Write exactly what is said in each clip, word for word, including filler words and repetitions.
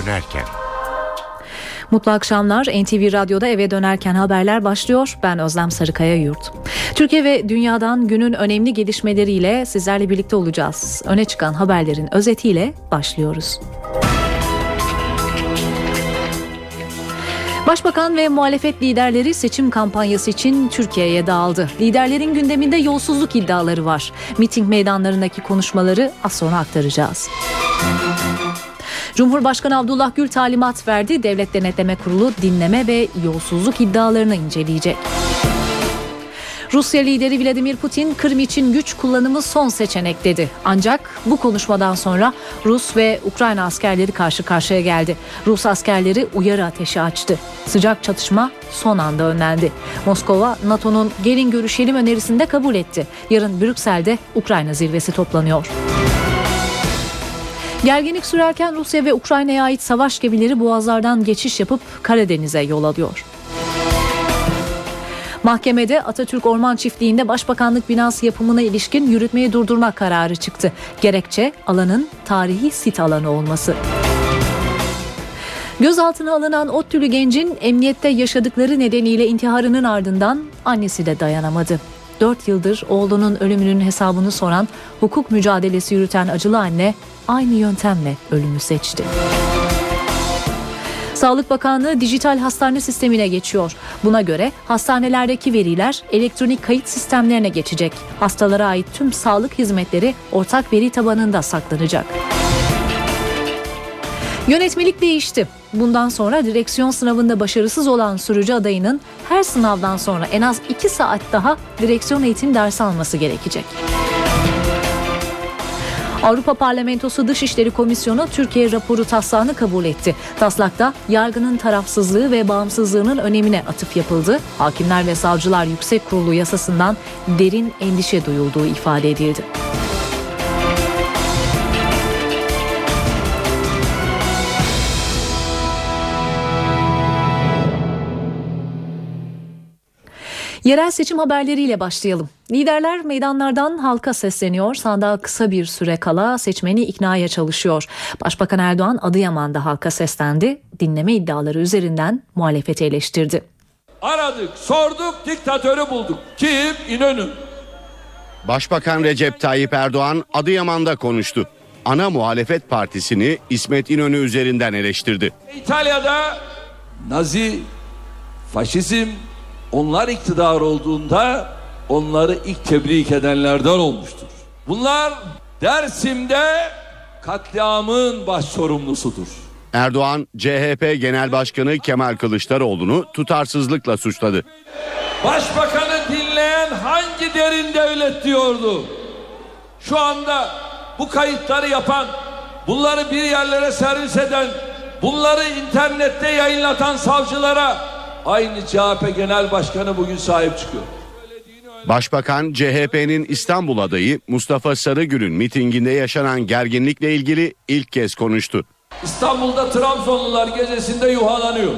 dönerken. Mutlu akşamlar. N T V Radyo'da eve dönerken haberler başlıyor. Ben Özlem Sarıkaya Yurt. Türkiye ve dünyadan günün önemli gelişmeleriyle sizlerle birlikte olacağız. Öne çıkan haberlerin özetiyle başlıyoruz. Başbakan ve muhalefet liderleri seçim kampanyası için Türkiye'ye dağıldı. Liderlerin gündeminde yolsuzluk iddiaları var. Miting meydanlarındaki konuşmaları az sonra aktaracağız. Cumhurbaşkanı Abdullah Gül talimat verdi. Devlet Denetleme Kurulu dinleme ve yolsuzluk iddialarını inceleyecek. Rusya lideri Vladimir Putin, Kırım için güç kullanımı son seçenek dedi. Ancak bu konuşmadan sonra Rus ve Ukrayna askerleri karşı karşıya geldi. Rus askerleri uyarı ateşi açtı. Sıcak çatışma son anda önlendi. Moskova, NATO'nun gelin görüşelim önerisini de kabul etti. Yarın Brüksel'de Ukrayna zirvesi toplanıyor. Gerginlik sürerken Rusya ve Ukrayna'ya ait savaş gemileri boğazlardan geçiş yapıp Karadeniz'e yol alıyor. Mahkemede Atatürk Orman Çiftliği'nde Başbakanlık binası yapımına ilişkin yürütmeyi durdurma kararı çıktı. Gerekçe alanın tarihi sit alanı olması. Gözaltına alınan ODTÜ'lü gencin emniyette yaşadıkları nedeniyle intiharının ardından annesi de dayanamadı. Dört yıldır oğlunun ölümünün hesabını soran, hukuk mücadelesi yürüten acılı anne aynı yöntemle ölümü seçti. Sağlık Bakanlığı dijital hastane sistemine geçiyor. Buna göre hastanelerdeki veriler elektronik kayıt sistemlerine geçecek. Hastalara ait tüm sağlık hizmetleri ortak veri tabanında saklanacak. Yönetmelik değişti. Bundan sonra direksiyon sınavında başarısız olan sürücü adayının her sınavdan sonra en az iki saat daha direksiyon eğitim dersi alması gerekecek. Avrupa Parlamentosu Dışişleri Komisyonu Türkiye raporu taslağını kabul etti. Taslakta yargının tarafsızlığı ve bağımsızlığının önemine atıf yapıldı. Hakimler ve Savcılar Yüksek Kurulu yasasından derin endişe duyulduğu ifade edildi. Yerel seçim haberleriyle başlayalım. Liderler meydanlardan halka sesleniyor. Sandığa kısa bir süre kala seçmeni iknaya çalışıyor. Başbakan Erdoğan Adıyaman'da halka seslendi. Dinleme iddiaları üzerinden muhalefeti eleştirdi. Aradık, sorduk, diktatörü bulduk. Kim? İnönü. Başbakan Recep Tayyip Erdoğan Adıyaman'da konuştu. Ana muhalefet partisini İsmet İnönü üzerinden eleştirdi. İtalya'da Nazi, faşizm, onlar iktidar olduğunda onları ilk tebrik edenlerden olmuştur. Bunlar Dersim'de katliamın baş sorumlusudur. Erdoğan, C H P Genel Başkanı Kemal Kılıçdaroğlu'nu tutarsızlıkla suçladı. Başbakanı dinleyen hangi derin devlet diyordu? Şu anda bu kayıtları yapan, bunları bir yerlere servis eden, bunları internette yayınlatan savcılara aynı C H P Genel Başkanı bugün sahip çıkıyor. Başbakan C H P'nin İstanbul adayı Mustafa Sarıgül'ün mitinginde yaşanan gerginlikle ilgili ilk kez konuştu. İstanbul'da Trabzonlular gecesinde yuhalanıyor.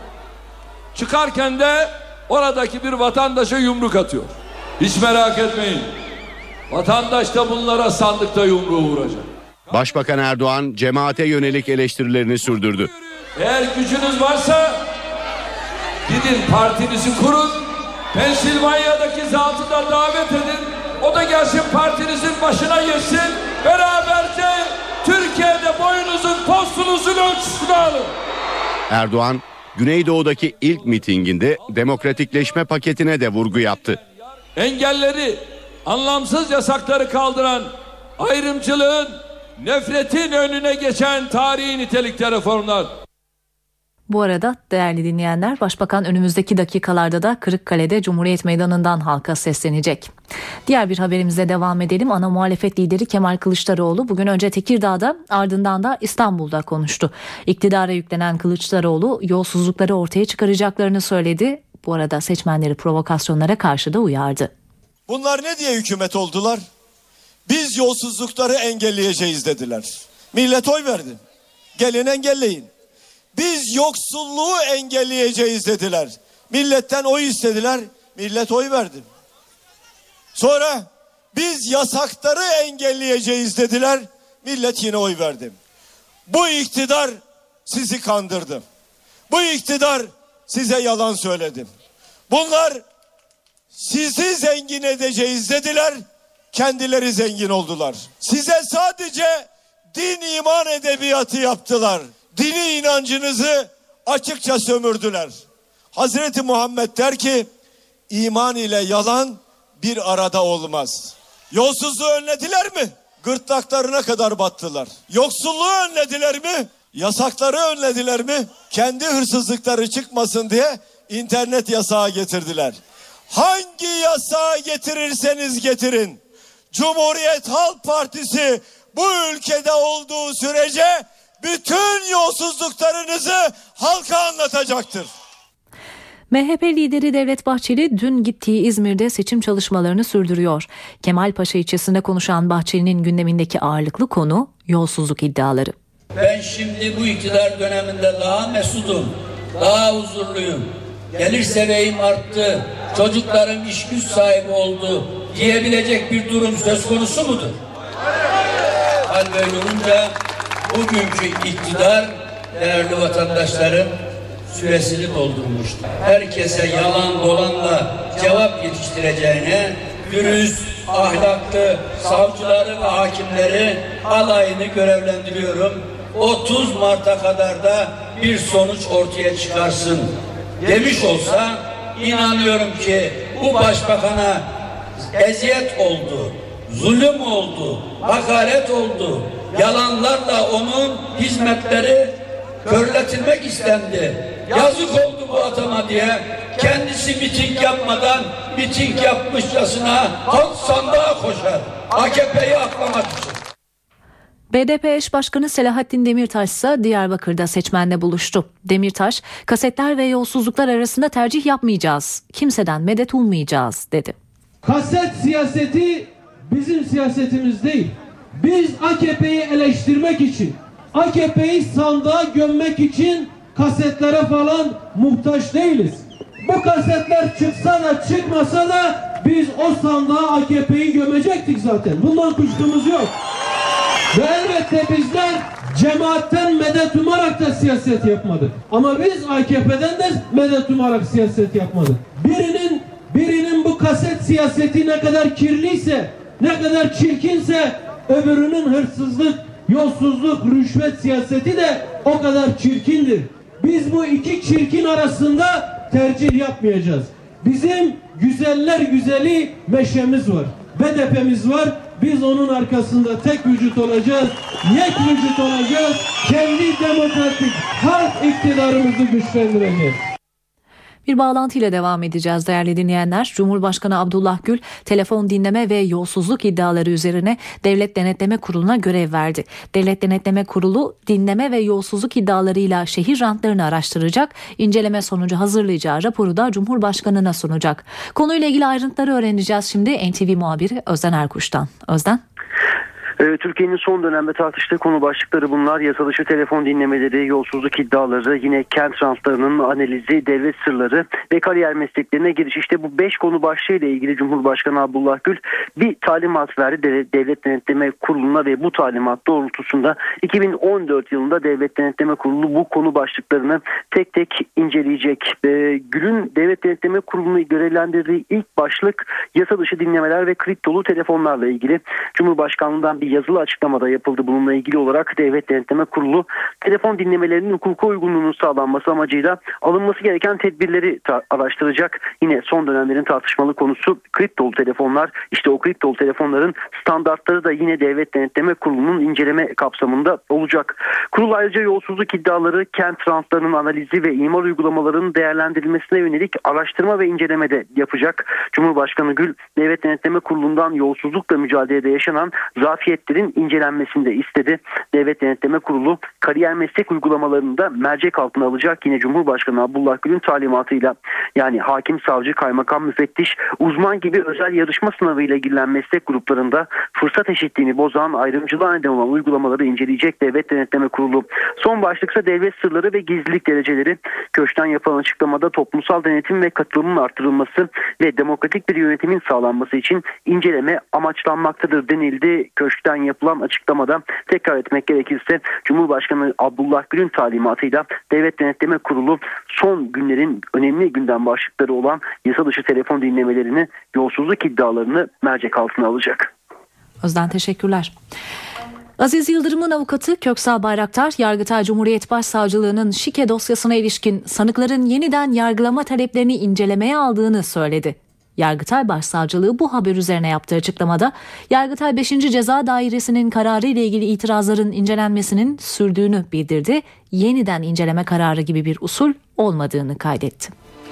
Çıkarken de oradaki bir vatandaşa yumruk atıyor. Hiç merak etmeyin. Vatandaş da bunlara sandıkta yumruğu vuracak. Başbakan Erdoğan cemaate yönelik eleştirilerini sürdürdü. Eğer gücünüz varsa gidin partinizi kurun. Pensilvanya'daki zatı da davet edin. O da gelsin partinizin başına geçsin. Beraberce Türkiye'de boyunuzun postunuzun ölçüsünü alın. Erdoğan Güneydoğu'daki ilk mitinginde demokratikleşme paketine de vurgu yaptı. Engelleri, anlamsız yasakları kaldıran, ayrımcılığın, nefretin önüne geçen tarihi nitelikte reformlar. Bu arada değerli dinleyenler, Başbakan önümüzdeki dakikalarda da Kırıkkale'de Cumhuriyet Meydanı'ndan halka seslenecek. Diğer bir haberimize devam edelim. Ana muhalefet lideri Kemal Kılıçdaroğlu bugün önce Tekirdağ'da, ardından da İstanbul'da konuştu. İktidara yüklenen Kılıçdaroğlu yolsuzlukları ortaya çıkaracaklarını söyledi. Bu arada seçmenleri provokasyonlara karşı da uyardı. Bunlar ne diye hükümet oldular? Biz yolsuzlukları engelleyeceğiz dediler. Millet oy verdi. Gelin engelleyin. Biz yoksulluğu engelleyeceğiz dediler. Milletten oy istediler. Millet oy verdi. Sonra biz yasakları engelleyeceğiz dediler. Millet yine oy verdi. Bu iktidar sizi kandırdı. Bu iktidar size yalan söyledi. Bunlar sizi zengin edeceğiz dediler, kendileri zengin oldular. Size sadece din iman edebiyatı yaptılar. Dini inancınızı açıkça sömürdüler. Hazreti Muhammed der ki, iman ile yalan bir arada olmaz. Yolsuzluğu önlediler mi? Gırtlaklarına kadar battılar. Yoksulluğu önlediler mi? Yasakları önlediler mi? Kendi hırsızlıkları çıkmasın diye internet yasağı getirdiler. Hangi yasağı getirirseniz getirin, Cumhuriyet Halk Partisi bu ülkede olduğu sürece bütün yolsuzluklarınızı halka anlatacaktır. M H P lideri Devlet Bahçeli dün gittiği İzmir'de seçim çalışmalarını sürdürüyor. Kemalpaşa ilçesinde konuşan Bahçeli'nin gündemindeki ağırlıklı konu yolsuzluk iddiaları. Ben şimdi bu iktidar döneminde daha mesudum, daha huzurluyum. Gelir seviyem arttı, çocuklarım iş güç sahibi oldu diyebilecek bir durum söz konusu mudur? Hal böyle olunca bugünkü iktidar, değerli vatandaşlarım, süresini doldurmuştu. Herkese yalan dolanla cevap yetiştireceğine dürüst, ahlaklı savcıları ve hakimleri alayını görevlendiriyorum. otuz Mart'a kadar da bir sonuç ortaya çıkarsın demiş olsa inanıyorum ki bu başbakana eziyet oldu, zulüm oldu, hakaret oldu. Yalanlarla onun hizmetleri körletilmek istendi. Yazık oldu bu adama diye kendisi miting yapmadan miting yapmışçasına halk sandığa koşar. A K P'yi aklamak için. B D P eş başkanı Selahattin Demirtaş ise Diyarbakır'da seçmenle buluştu. Demirtaş, kasetler ve yolsuzluklar arasında tercih yapmayacağız, kimseden medet ummayacağız dedi. Kaset siyaseti bizim siyasetimiz değil. Biz A K P'yi eleştirmek için, A K P'yi sandığa gömmek için kasetlere falan muhtaç değiliz. Bu kasetler çıksa da çıkmasa da biz o sandığa A K P'yi gömecektik zaten. Bundan kuşkumuz yok. Ve elbette bizler cemaatten medet umarak da siyaset yapmadık. Ama biz A K P'den de medet umarak siyaset yapmadık. Birinin birinin bu kaset siyaseti ne kadar kirliyse, ne kadar çirkinse öbürünün hırsızlık, yolsuzluk, rüşvet siyaseti de o kadar çirkindir. Biz bu iki çirkin arasında tercih yapmayacağız. Bizim güzeller güzeli meşemiz var. B D P'miz var. Biz onun arkasında tek vücut olacağız. Yek vücut olacağız. Kendi demokratik halk iktidarımızı güçlendireceğiz. Bir bağlantıyla devam edeceğiz değerli dinleyenler. Cumhurbaşkanı Abdullah Gül telefon dinleme ve yolsuzluk iddiaları üzerine Devlet Denetleme Kurulu'na görev verdi. Devlet Denetleme Kurulu dinleme ve yolsuzluk iddialarıyla şehir rantlarını araştıracak, inceleme sonucu hazırlayacağı raporu da Cumhurbaşkanı'na sunacak. Konuyla ilgili ayrıntıları öğreneceğiz şimdi N T V muhabiri Özden Erkuş'tan. Özden. Türkiye'nin son dönemde tartıştığı konu başlıkları bunlar. Yasa dışı telefon dinlemeleri, yolsuzluk iddiaları, yine kent rantlarının analizi, devlet sırları ve kariyer mesleklerine giriş. İşte bu beş konu başlığıyla ilgili Cumhurbaşkanı Abdullah Gül bir talimat verdi Devlet Denetleme Kurulu'na ve bu talimat doğrultusunda iki bin on dört yılında Devlet Denetleme Kurulu bu konu başlıklarını tek tek inceleyecek. Gül'ün Devlet Denetleme Kurulu'nu görevlendirdiği ilk başlık yasa dışı dinlemeler ve kriptolu telefonlarla ilgili. Cumhurbaşkanlığından bir yazılı açıklamada yapıldı bununla ilgili olarak. Devlet Denetleme Kurulu telefon dinlemelerinin hukuka uygunluğunun sağlanması amacıyla alınması gereken tedbirleri ta- araştıracak. Yine son dönemlerin tartışmalı konusu kriptolu telefonlar. İşte o kriptolu telefonların standartları da yine Devlet Denetleme Kurulu'nun inceleme kapsamında olacak. Kurul ayrıca yolsuzluk iddiaları, kent rantlarının analizi ve imar uygulamalarının değerlendirilmesine yönelik araştırma ve incelemede yapacak. Cumhurbaşkanı Gül, Devlet Denetleme Kurulu'ndan yolsuzlukla mücadelede yaşanan zafiyetlerin incelenmesini de istedi. Devlet Denetleme Kurulu kariyer meslek uygulamalarını da mercek altına alacak. Yine Cumhurbaşkanı Abdullah Gül'ün talimatıyla, yani hakim, savcı, kaymakam, müfettiş, uzman gibi özel yarışma sınavıyla girilen meslek gruplarında fırsat eşitliğini bozan, ayrımcılığa neden olan uygulamaları inceleyecek Devlet Denetleme Kurulu. Son başlıksa devlet sırları ve gizlilik dereceleri. Köşkten yapılan açıklamada toplumsal denetim ve katılımın artırılması ve demokratik bir yönetimin sağlanması için inceleme amaçlanmaktadır denildi Köşkten. Meclis'ten yapılan açıklamada tekrar etmek gerekirse Cumhurbaşkanı Abdullah Gül'ün talimatıyla Devlet Denetleme Kurulu son günlerin önemli gündem başlıkları olan yasa dışı telefon dinlemelerini, yolsuzluk iddialarını mercek altına alacak. Özden teşekkürler. Aziz Yıldırım'ın avukatı Köksal Bayraktar, Yargıtay Cumhuriyet Başsavcılığı'nın şike dosyasına ilişkin sanıkların yeniden yargılama taleplerini incelemeye aldığını söyledi. Yargıtay Başsavcılığı bu haber üzerine yaptığı açıklamada, Yargıtay beşinci Ceza Dairesi'nin kararı ile ilgili itirazların incelenmesinin sürdüğünü bildirdi. Yeniden inceleme kararı gibi bir usul olmadığını kaydetti.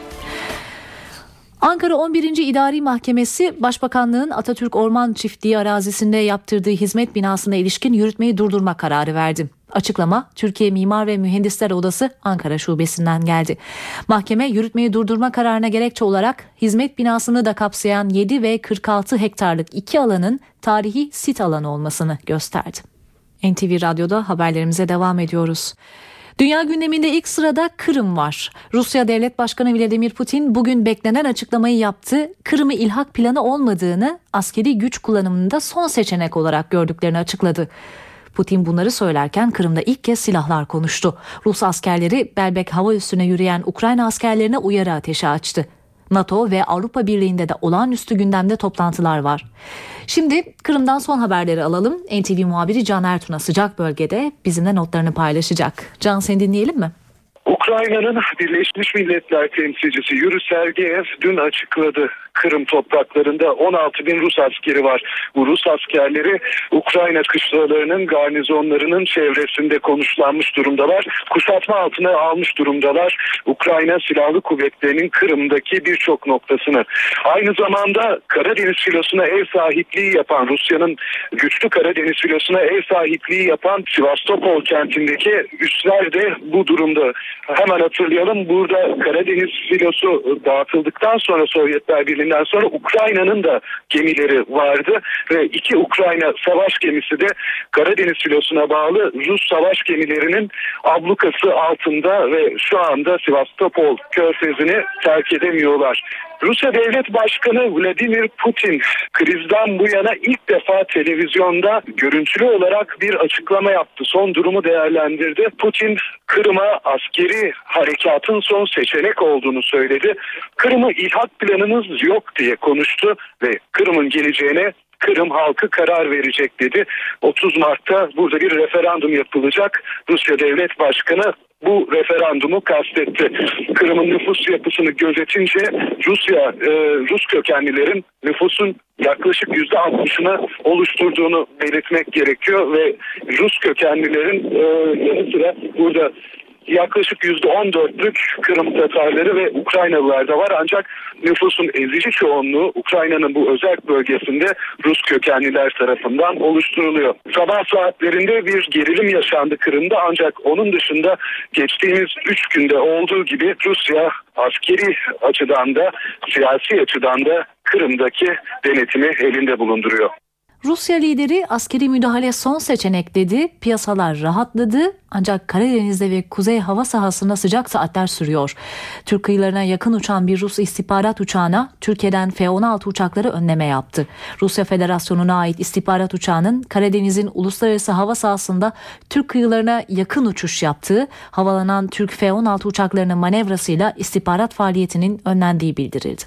Ankara on birinci İdari Mahkemesi, Başbakanlığın Atatürk Orman Çiftliği arazisinde yaptırdığı hizmet binasına ilişkin yürütmeyi durdurma kararı verdi. Açıklama Türkiye Mimar ve Mühendisler Odası Ankara Şubesi'nden geldi. Mahkeme yürütmeyi durdurma kararına gerekçe olarak hizmet binasını da kapsayan yedi ve kırk altı hektarlık iki alanın tarihi sit alanı olmasını gösterdi. N T V Radyo'da haberlerimize devam ediyoruz. Dünya gündeminde ilk sırada Kırım var. Rusya Devlet Başkanı Vladimir Putin bugün beklenen açıklamayı yaptı. Kırım'ı ilhak planı olmadığını, askeri güç kullanımında son seçenek olarak gördüklerini açıkladı. Putin bunları söylerken Kırım'da ilk kez silahlar konuştu. Rus askerleri Belbek hava üssüne yürüyen Ukrayna askerlerine uyarı ateşi açtı. NATO ve Avrupa Birliği'nde de olağanüstü gündemde toplantılar var. Şimdi Kırım'dan son haberleri alalım. N T V muhabiri Can Ertun'a sıcak bölgede bizimle notlarını paylaşacak. Can, seni dinleyelim mi? Ukrayna'nın Birleşmiş Milletler temsilcisi Yuri Sergeyev dün açıkladı. Kırım topraklarında on altı bin Rus askeri var. Bu Rus askerleri Ukrayna kışlalarının, garnizonlarının çevresinde konuşlanmış durumdalar. Kuşatma altına almış durumdalar Ukrayna Silahlı Kuvvetleri'nin Kırım'daki birçok noktasını. Aynı zamanda Karadeniz filosuna ev sahipliği yapan, Rusya'nın güçlü Karadeniz filosuna ev sahipliği yapan Sivastopol kentindeki üsler de bu durumda. Hemen hatırlayalım, burada Karadeniz filosu dağıtıldıktan sonra Sovyetler Birliği'nden sonra Ukrayna'nın da gemileri vardı ve iki Ukrayna savaş gemisi de Karadeniz filosuna bağlı Rus savaş gemilerinin ablukası altında ve şu anda Sivastopol körfezini terk edemiyorlar. Rusya Devlet Başkanı Vladimir Putin krizden bu yana ilk defa televizyonda görüntülü olarak bir açıklama yaptı. Son durumu değerlendirdi. Putin Kırım'a askeri harekatın son seçenek olduğunu söyledi. Kırım'ı ilhak planımız yok diye konuştu ve Kırım'ın geleceğine Kırım halkı karar verecek dedi. otuz Mart'ta burada bir referandum yapılacak. Rusya Devlet Başkanı bu referandumu kastetti. Kırım'ın nüfus yapısını gözetince Rusya, e, Rus kökenlilerin nüfusun yaklaşık yüzde altmışını oluşturduğunu belirtmek gerekiyor ve Rus kökenlilerin e, yanı sıra burada yaklaşık yüzde on dörtlük Kırım Tatarları ve Ukraynalılar da var. Ancak nüfusun ezici çoğunluğu Ukrayna'nın bu özel bölgesinde Rus kökenliler tarafından oluşturuluyor. Sabah saatlerinde bir gerilim yaşandı Kırım'da, ancak onun dışında geçtiğimiz üç günde olduğu gibi Rusya askeri açıdan da siyasi açıdan da Kırım'daki denetimi elinde bulunduruyor. Rusya lideri askeri müdahale son seçenek dedi, piyasalar rahatladı ancak Karadeniz'de ve kuzey hava sahasında sıcak saatler sürüyor. Türk kıyılarına yakın uçan bir Rus istihbarat uçağına Türkiye'den F on altı uçakları önleme yaptı. Rusya Federasyonu'na ait istihbarat uçağının Karadeniz'in uluslararası hava sahasında Türk kıyılarına yakın uçuş yaptığı, havalanan Türk F on altı uçaklarının manevrasıyla istihbarat faaliyetinin önlendiği bildirildi.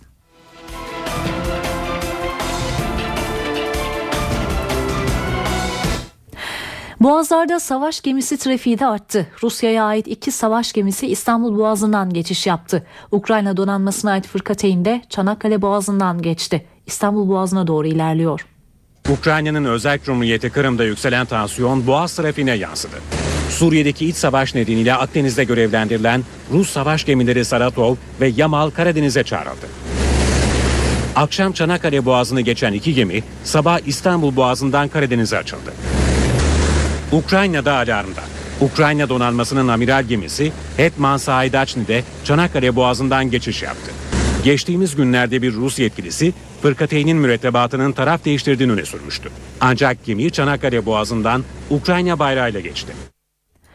Boğazlarda savaş gemisi trafiği de arttı. Rusya'ya ait iki savaş gemisi İstanbul Boğazı'ndan geçiş yaptı. Ukrayna donanmasına ait fırkateyn de Çanakkale Boğazı'ndan geçti. İstanbul Boğazı'na doğru ilerliyor. Ukrayna'nın özel Cumhuriyeti Kırım'da yükselen tansiyon Boğaz trafiğine yansıdı. Suriye'deki iç savaş nedeniyle Akdeniz'de görevlendirilen Rus savaş gemileri Saratov ve Yamal Karadeniz'e çağrıldı. Akşam Çanakkale Boğazı'nı geçen iki gemi sabah İstanbul Boğazı'ndan Karadeniz'e açıldı. Ukrayna'da alarmda. Ukrayna donanmasının amiral gemisi Hetman Saidaçni'de Çanakkale Boğazı'ndan geçiş yaptı. Geçtiğimiz günlerde bir Rus yetkilisi fırkateynin mürettebatının taraf değiştirdiğini öne sürmüştü. Ancak gemi Çanakkale Boğazı'ndan Ukrayna bayrağıyla geçti.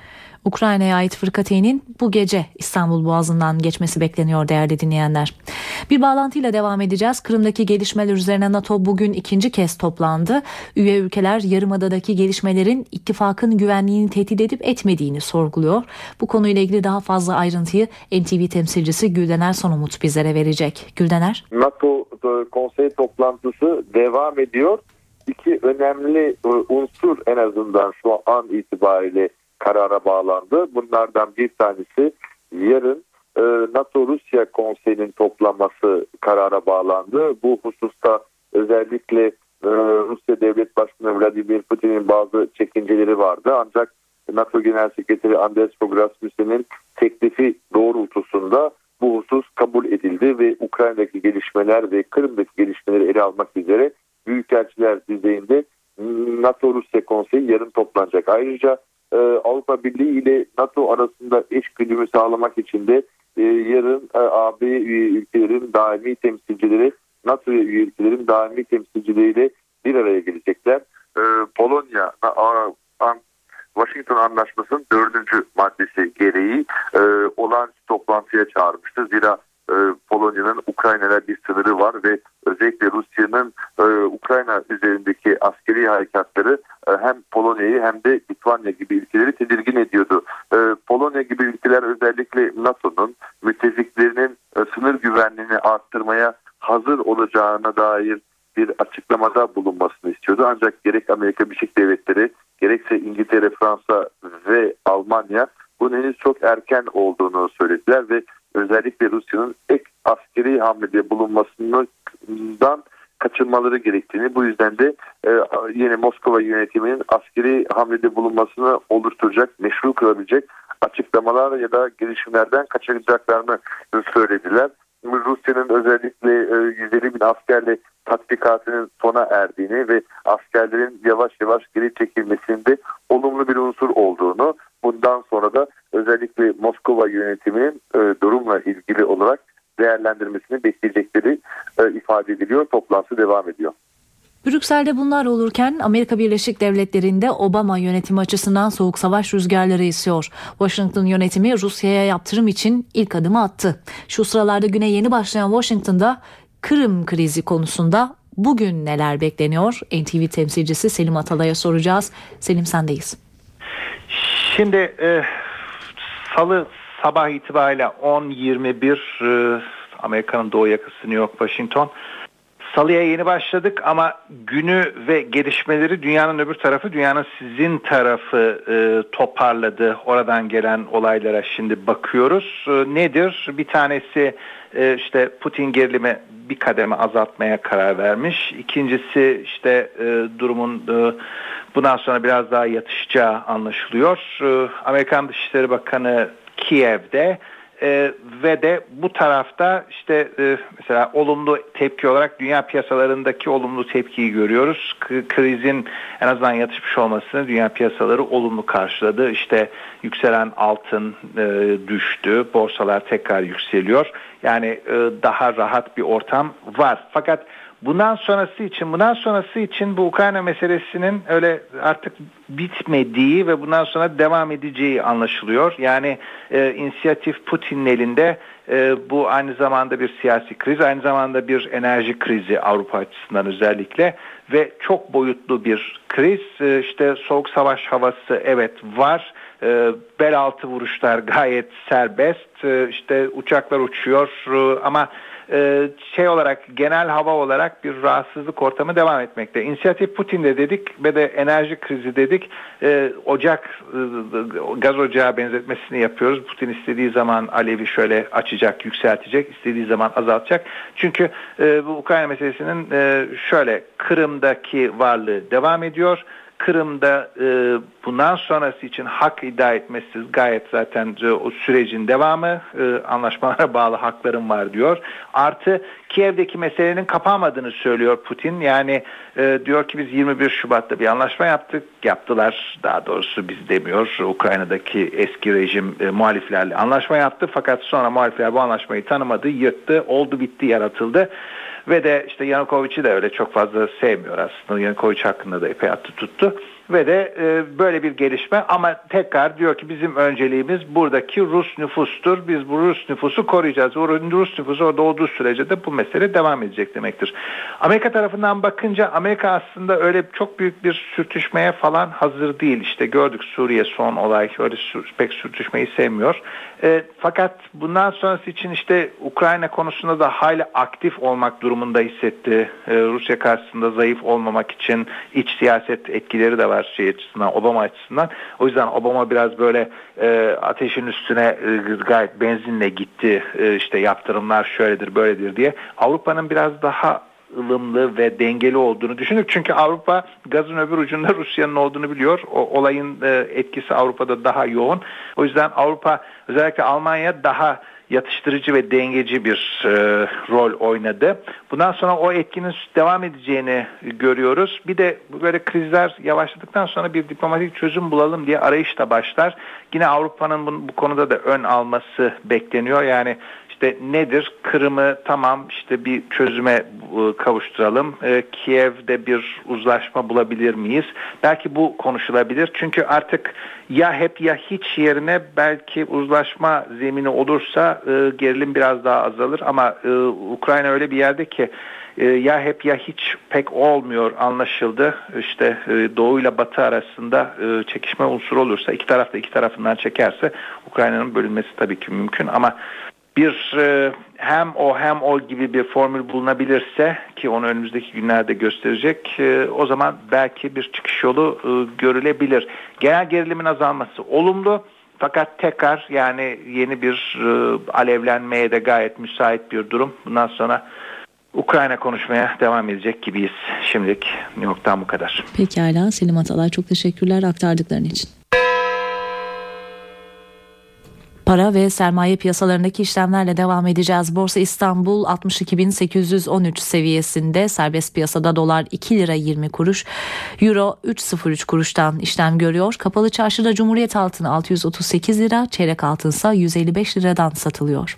Ukrayna'ya ait fırkateyn'in bu gece İstanbul Boğazı'ndan geçmesi bekleniyor değerli dinleyenler. Bir bağlantıyla devam edeceğiz. Kırım'daki gelişmeler üzerine NATO bugün ikinci kez toplandı. Üye ülkeler Yarımada'daki gelişmelerin ittifakın güvenliğini tehdit edip etmediğini sorguluyor. Bu konuyla ilgili daha fazla ayrıntıyı N T V temsilcisi Güldener Sonumut bizlere verecek. Güldener. NATO konsey toplantısı devam ediyor. İki önemli unsur en azından şu an itibariyle karara bağlandı. Bunlardan bir tanesi yarın NATO-Rusya konseyinin toplanması karara bağlandı. Bu hususta özellikle Rusya Devlet Başkanı Vladimir Putin'in bazı çekinceleri vardı. Ancak NATO Genel Sekreteri Anders Fogh Rasmussen'in teklifi doğrultusunda bu husus kabul edildi ve Ukrayna'daki gelişmeler ve Kırım'daki gelişmeleri ele almak üzere büyükelçiler düzeyinde NATO-Rusya konseyi yarın toplanacak. Ayrıca e, Avrupa Birliği ile NATO arasında eşgüdümü sağlamak için de e, yarın e, A B üye ülkelerin daimi temsilcileri NATO üye ülkelerin daimi temsilcileriyle bir araya gelecekler. E, Polonya a, a, Washington Anlaşması'nın dördüncü maddesi gereği e, olağanüstü toplantıya çağırmıştı. Zira e, Polonya'nın Ukrayna'yla bir sınırı var ve özellikle Rusya'nın e, Ukrayna üzerindeki askeri harekatları e, hem Polonya'yı hem de Litvanya gibi ülkeleri tedirgin ediyordu. E, Polonya gibi ülkeler özellikle NATO'nun müttefiklerinin e, sınır güvenliğini arttırmaya hazır olacağına dair bir açıklamada bulunmasını istiyordu. Ancak gerek Amerika Birleşik Devletleri gerekse İngiltere, Fransa ve Almanya bunun henüz çok erken olduğunu söylediler ve özellikle Rusya'nın ek askeri hamlede bulunmasından kaçınmaları gerektiğini, bu yüzden de e, yine Moskova yönetiminin askeri hamlede bulunmasını oluşturacak, meşru kılabilecek açıklamalar ya da girişimlerden kaçınacaklarını söylediler. Rusya'nın özellikle yüz elli bin askerle tatbikatının sona erdiğini ve askerlerin yavaş yavaş geri çekilmesinde olumlu bir unsur olduğunu, bundan sonra da özellikle Moskova yönetiminin durumla ilgili olarak değerlendirmesini bekleyecekleri ifade ediliyor. Toplantı devam ediyor. Brüksel'de bunlar olurken Amerika Birleşik Devletleri'nde Obama yönetimi açısından soğuk savaş rüzgarları esiyor. Washington yönetimi Rusya'ya yaptırım için ilk adımı attı. Şu sıralarda güne yeni başlayan Washington'da Kırım krizi konusunda bugün neler bekleniyor? N T V temsilcisi Selim Atalay'a soracağız. Selim, sendeyiz. Şimdi e, salı sabah itibariyle on yirmi bir e, Amerika'nın doğu yakası New York, Washington. Salıya yeni başladık ama günü ve gelişmeleri dünyanın öbür tarafı, dünyanın sizin tarafı e, toparladı. Oradan gelen olaylara şimdi bakıyoruz. E, nedir? Bir tanesi e, işte Putin gerilimi bir kademe azaltmaya karar vermiş. İkincisi işte e, durumun e, bundan sonra biraz daha yatışacağı anlaşılıyor. E, Amerikan Dışişleri Bakanı Kiev'de. Ee, ve de bu tarafta işte e, mesela olumlu tepki olarak dünya piyasalarındaki olumlu tepkiyi görüyoruz. K- krizin en azından yatışmış olmasını dünya piyasaları olumlu karşıladı. İşte yükselen altın e, düştü, borsalar tekrar yükseliyor. Yani e, daha rahat bir ortam var. Fakat bundan sonrası için, bundan sonrası için bu Ukrayna meselesinin öyle artık bitmediği ve bundan sonra devam edeceği anlaşılıyor. Yani e, inisiyatif Putin'in elinde. E, bu aynı zamanda bir siyasi kriz, aynı zamanda bir enerji krizi Avrupa açısından özellikle ve çok boyutlu bir kriz. E, işte soğuk savaş havası evet var. E, bel altı vuruşlar gayet serbest. E, işte uçaklar uçuyor e, ama şey olarak, genel hava olarak bir rahatsızlık ortamı devam etmekte. İnisiyatif Putin'de dedik ve de enerji krizi dedik. E, ocak, e, gaz ocağı benzetmesini yapıyoruz. Putin istediği zaman alevi şöyle açacak, yükseltecek, istediği zaman azaltacak. Çünkü e, bu Ukrayna meselesinin e, şöyle, Kırım'daki varlığı devam ediyor. Kırım'da e, bundan sonrası için hak iddia etmesi gayet zaten e, o sürecin devamı, e, anlaşmalara bağlı haklarım var diyor. Artı Kiev'deki meselenin kapanmadığını söylüyor Putin. Yani e, diyor ki biz yirmi bir Şubat'ta bir anlaşma yaptık. Yaptılar, daha doğrusu biz demiyor. Ukrayna'daki eski rejim e, muhaliflerle anlaşma yaptı. Fakat sonra muhalifler bu anlaşmayı tanımadı, yırttı, oldu bitti, yaratıldı. Ve de işte Yanukovych'i de öyle çok fazla sevmiyor aslında. Yanukovych hakkında da epey attı tuttu. Ve de e, böyle bir gelişme, ama tekrar diyor ki bizim önceliğimiz buradaki Rus nüfustur. Biz bu Rus nüfusu koruyacağız. O Rus nüfusu orada olduğu sürece de bu mesele devam edecek demektir. Amerika tarafından bakınca Amerika aslında öyle çok büyük bir sürtüşmeye falan hazır değil. İşte gördük, Suriye son olay, öyle pek sürtüşmeyi sevmiyor. E, fakat bundan sonrası için işte Ukrayna konusunda da hayli aktif olmak durumunda hissetti. E, Rusya karşısında zayıf olmamak için iç siyaset etkileri de var şey açısından, Obama açısından. O yüzden Obama biraz böyle e, ateşin üstüne e, gayet benzinle gitti. E, işte yaptırımlar şöyledir böyledir diye. Avrupa'nın biraz daha ılımlı ve dengeli olduğunu düşündük. Çünkü Avrupa gazın öbür ucunda Rusya'nın olduğunu biliyor. O olayın e, etkisi Avrupa'da daha yoğun. O yüzden Avrupa, özellikle Almanya daha yatıştırıcı ve dengeci bir e, rol oynadı. Bundan sonra o etkinin devam edeceğini görüyoruz. Bir de böyle krizler yavaşladıktan sonra bir diplomatik çözüm bulalım diye arayış da başlar. Yine Avrupa'nın bu, bu konuda da ön alması bekleniyor. Yani İşte nedir? Kırım'ı tamam işte bir çözüme kavuşturalım. E, Kiev'de bir uzlaşma bulabilir miyiz? Belki bu konuşulabilir. Çünkü artık ya hep ya hiç yerine belki uzlaşma zemini olursa e, gerilim biraz daha azalır. Ama e, Ukrayna öyle bir yerde ki e, ya hep ya hiç pek olmuyor, anlaşıldı. İşte e, Doğu ile Batı arasında e, çekişme unsuru olursa, iki taraf da iki tarafından çekerse Ukrayna'nın bölünmesi tabii ki mümkün. Ama bir e, hem o hem o gibi bir formül bulunabilirse, ki onu önümüzdeki günlerde gösterecek, e, o zaman belki bir çıkış yolu e, görülebilir. Genel gerilimin azalması olumlu, fakat tekrar yani yeni bir e, alevlenmeye de gayet müsait bir durum. Bundan sonra Ukrayna konuşmaya devam edecek gibiyiz. Şimdilik New York'tan bu kadar. Pekala Selim Atalay, çok teşekkürler aktardıkların için. Para ve sermaye piyasalarındaki işlemlerle devam edeceğiz. Borsa İstanbul altmış iki bin sekiz yüz on üç seviyesinde, serbest piyasada dolar iki lira yirmi kuruş, euro üç virgül sıfır üç kuruştan işlem görüyor. Kapalı çarşıda Cumhuriyet altını altı yüz otuz sekiz lira, çeyrek altınsa yüz elli beş liradan satılıyor.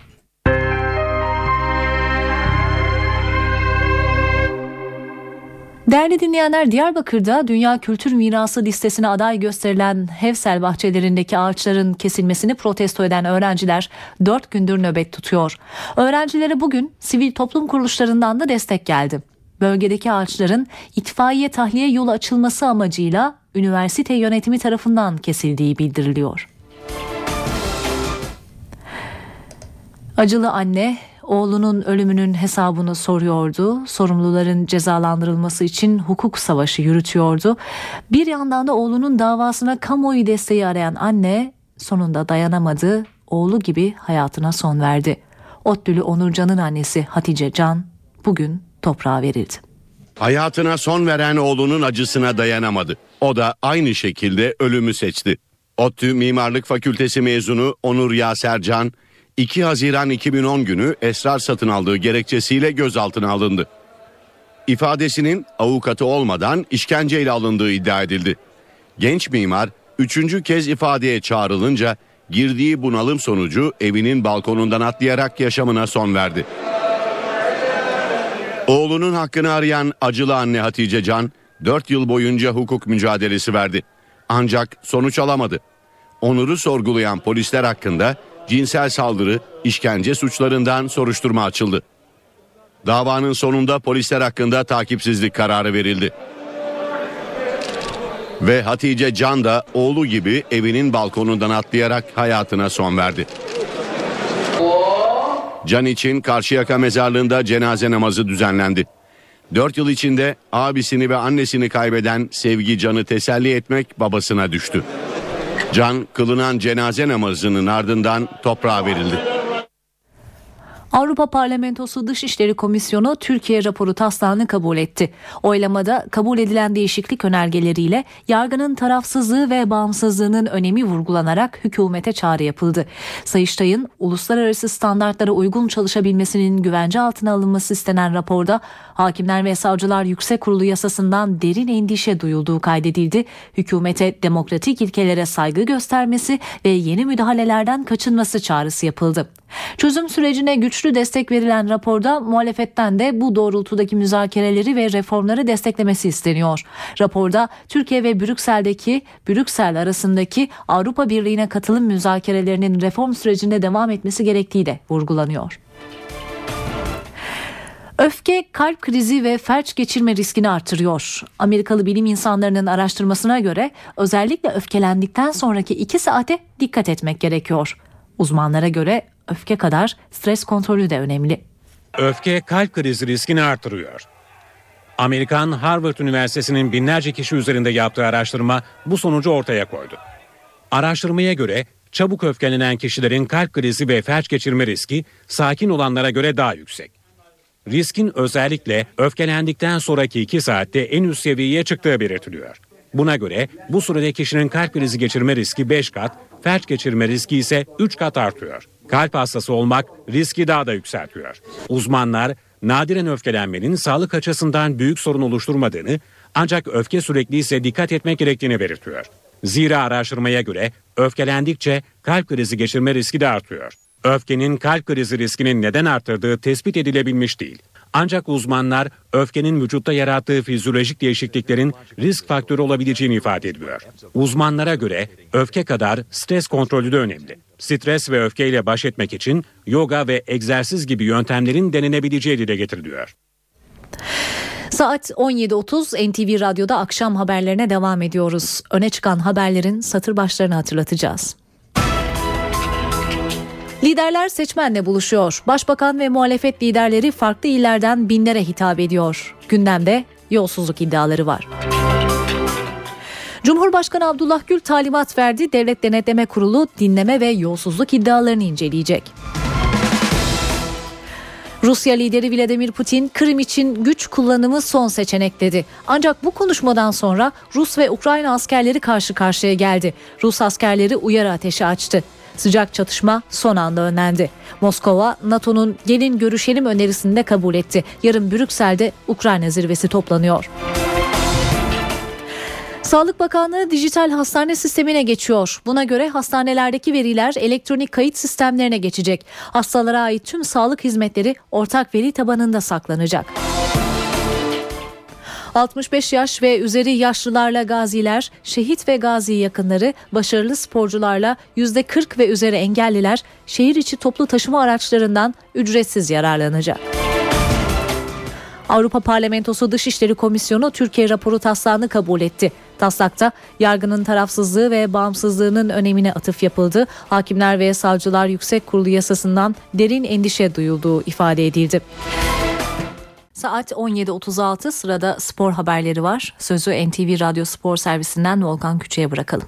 Değerli dinleyenler, Diyarbakır'da Dünya Kültür Mirası listesine aday gösterilen Hevsel bahçelerindeki ağaçların kesilmesini protesto eden öğrenciler dört gündür nöbet tutuyor. Öğrencilere bugün sivil toplum kuruluşlarından da destek geldi. Bölgedeki ağaçların itfaiye tahliye yolu açılması amacıyla üniversite yönetimi tarafından kesildiği bildiriliyor. Acılı anne oğlunun ölümünün hesabını soruyordu. Sorumluların cezalandırılması için hukuk savaşı yürütüyordu. Bir yandan da oğlunun davasına kamuoyu desteği arayan anne sonunda dayanamadı. Oğlu gibi hayatına son verdi. ODTÜ'lü Onurcan'ın annesi Hatice Can bugün toprağa verildi. Hayatına son veren oğlunun acısına dayanamadı. O da aynı şekilde ölümü seçti. ODTÜ Mimarlık Fakültesi mezunu Onur Yaser Can, iki Haziran iki bin on günü esrar satın aldığı gerekçesiyle gözaltına alındı. İfadesinin avukatı olmadan işkenceyle alındığı iddia edildi. Genç mimar üçüncü kez ifadeye çağrılınca girdiği bunalım sonucu evinin balkonundan atlayarak yaşamına son verdi. Oğlunun hakkını arayan acılı anne Hatice Can dört yıl boyunca hukuk mücadelesi verdi. Ancak sonuç alamadı. Onur'u sorgulayan polisler hakkında cinsel saldırı, işkence suçlarından soruşturma açıldı. Davanın sonunda polisler hakkında takipsizlik kararı verildi. Ve Hatice Can da oğlu gibi evinin balkonundan atlayarak hayatına son verdi. Can için Karşıyaka mezarlığında cenaze namazı düzenlendi. Dört yıl içinde abisini ve annesini kaybeden Sevgi Can'ı teselli etmek babasına düştü. Can kılınan cenaze namazının ardından toprağa verildi. Avrupa Parlamentosu Dışişleri Komisyonu Türkiye raporu taslağını kabul etti. Oylamada kabul edilen değişiklik önergeleriyle yargının tarafsızlığı ve bağımsızlığının önemi vurgulanarak hükümete çağrı yapıldı. Sayıştay'ın uluslararası standartlara uygun çalışabilmesinin güvence altına alınması istenen raporda Hakimler ve Savcılar Yüksek Kurulu yasasından derin endişe duyulduğu kaydedildi. Hükümete demokratik ilkelere saygı göstermesi ve yeni müdahalelerden kaçınması çağrısı yapıldı. Çözüm sürecine güçlü destek verilen raporda muhalefetten de bu doğrultudaki müzakereleri ve reformları desteklemesi isteniyor. Raporda Türkiye ve Brüksel'deki Brüksel arasındaki Avrupa Birliği'ne katılım müzakerelerinin reform sürecinde devam etmesi gerektiği de vurgulanıyor. Öfke kalp krizi ve felç geçirme riskini artırıyor. Amerikalı bilim insanlarının araştırmasına göre özellikle öfkelendikten sonraki iki saate dikkat etmek gerekiyor. Uzmanlara göre öfke kadar stres kontrolü de önemli. Öfke kalp krizi riskini artırıyor. Amerikan Harvard Üniversitesi'nin binlerce kişi üzerinde yaptığı araştırma bu sonucu ortaya koydu. Araştırmaya göre çabuk öfkelenen kişilerin kalp krizi ve felç geçirme riski sakin olanlara göre daha yüksek. Riskin özellikle öfkelendikten sonraki iki saatte en üst seviyeye çıktığı belirtiliyor. Buna göre bu sürede kişinin kalp krizi geçirme riski beş kat, felç geçirme riski ise üç kat artıyor. Kalp hastası olmak riski daha da yükseltiyor. Uzmanlar nadiren öfkelenmenin sağlık açısından büyük sorun oluşturmadığını, ancak öfke sürekli ise dikkat etmek gerektiğini belirtiyor. Zira araştırmaya göre öfkelendikçe kalp krizi geçirme riski de artıyor. Öfkenin kalp krizi riskinin neden arttırdığı tespit edilebilmiş değil. Ancak uzmanlar öfkenin vücutta yarattığı fizyolojik değişikliklerin risk faktörü olabileceğini ifade ediyor. Uzmanlara göre öfke kadar stres kontrolü de önemli. Stres ve öfkeyle baş etmek için yoga ve egzersiz gibi yöntemlerin denenebileceği dile getiriliyor. Saat on yedi otuz N T V Radyo'da akşam haberlerine devam ediyoruz. Öne çıkan haberlerin satır başlarını hatırlatacağız. Liderler seçmenle buluşuyor. Başbakan ve muhalefet liderleri farklı illerden binlere hitap ediyor. Gündemde yolsuzluk iddiaları var. Cumhurbaşkanı Abdullah Gül talimat verdi. Devlet Denetleme Kurulu dinleme ve yolsuzluk iddialarını inceleyecek. Rusya lideri Vladimir Putin, Kırım için güç kullanımı son seçenek dedi. Ancak bu konuşmadan sonra Rus ve Ukrayna askerleri karşı karşıya geldi. Rus askerleri uyarı ateşi açtı. Sıcak çatışma son anda önlendi. Moskova, NATO'nun gelin görüşelim önerisini de kabul etti. Yarın Brüksel'de Ukrayna zirvesi toplanıyor. Sağlık Bakanlığı dijital hastane sistemine geçiyor. Buna göre hastanelerdeki veriler elektronik kayıt sistemlerine geçecek. Hastalara ait tüm sağlık hizmetleri ortak veri tabanında saklanacak. altmış beş yaş ve üzeri yaşlılarla gaziler, şehit ve gazi yakınları, başarılı sporcularla yüzde kırk ve üzeri engelliler şehir içi toplu taşıma araçlarından ücretsiz yararlanacak. Avrupa Parlamentosu Dışişleri Komisyonu Türkiye raporu taslağını kabul etti. Taslakta yargının tarafsızlığı ve bağımsızlığının önemine atıf yapıldı. Hakimler ve Savcılar Yüksek Kurulu yasasından derin endişe duyulduğu ifade edildi. Saat on yedi otuz altı, sırada spor haberleri var. Sözü N T V Radyo Spor Servisinden Volkan Küçük'e bırakalım.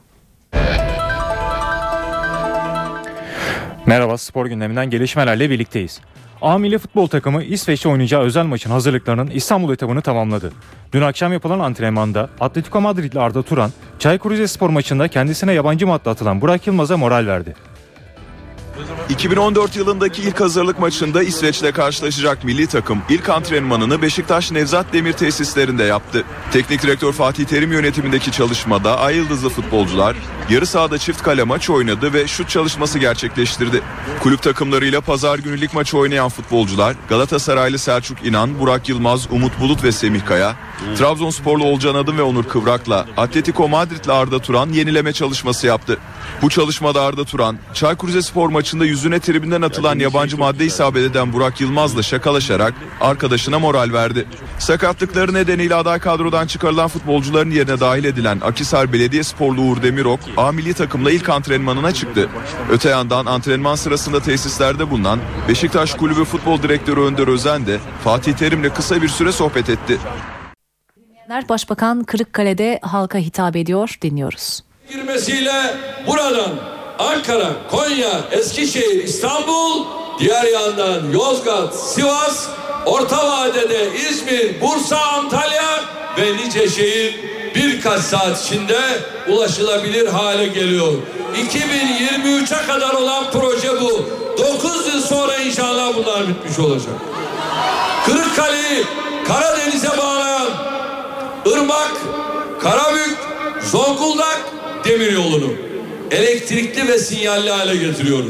Merhaba, spor gündeminden gelişmelerle birlikteyiz. A milli futbol takımı İsveç'te oynayacağı özel maçın hazırlıklarının İstanbul etabını tamamladı. Dün akşam yapılan antrenmanda Atletico Madrid'li Arda Turan, Çaykur Rizespor maçında kendisine yabancı madde atılan Burak Yılmaz'a moral verdi. iki bin on dört yılındaki ilk hazırlık maçında İsveç'le karşılaşacak milli takım ilk antrenmanını Beşiktaş Nevzat Demir tesislerinde yaptı. Teknik direktör Fatih Terim yönetimindeki çalışmada Ay Yıldızlı futbolcular yarı sahada çift kale maç oynadı ve şut çalışması gerçekleştirdi. Kulüp takımlarıyla pazar günü lig maçı oynayan futbolcular Galatasaraylı Selçuk İnan, Burak Yılmaz, Umut Bulut ve Semih Kaya, Trabzonsporlu Olcan Adım ve Onur Kıvrak'la Atletico Madrid'li Arda Turan yenileme çalışması yaptı. Bu çalışmada Arda Turan, Çaykur Rizespor maçında yüzüne tribünden atılan yabancı madde isabet eden Burak Yılmaz'la şakalaşarak arkadaşına moral verdi. Sakatlıkları nedeniyle aday kadrodan çıkarılan futbolcuların yerine dahil edilen Akhisar Belediyesporlu Uğur Demirok, A milli takımla ilk antrenmanına çıktı. Öte yandan antrenman sırasında tesislerde bulunan Beşiktaş Kulübü Futbol Direktörü Önder Özen de Fatih Terim'le kısa bir süre sohbet etti. Başbakan Kırıkkale'de halka hitap ediyor, dinliyoruz. Girmesiyle buradan Ankara, Konya, Eskişehir, İstanbul, diğer yandan Yozgat, Sivas, orta vadede İzmir, Bursa, Antalya ve nice şehir birkaç saat içinde ulaşılabilir hale geliyor. iki bin yirmi üçe kadar olan proje bu. dokuz yıl sonra inşallah bunlar bitmiş olacak. Kırıkkale'yi Karadeniz'e bağlayan Irmak, Karabük, Zonguldak demiryolunu elektrikli ve sinyalli hale getiriyoruz.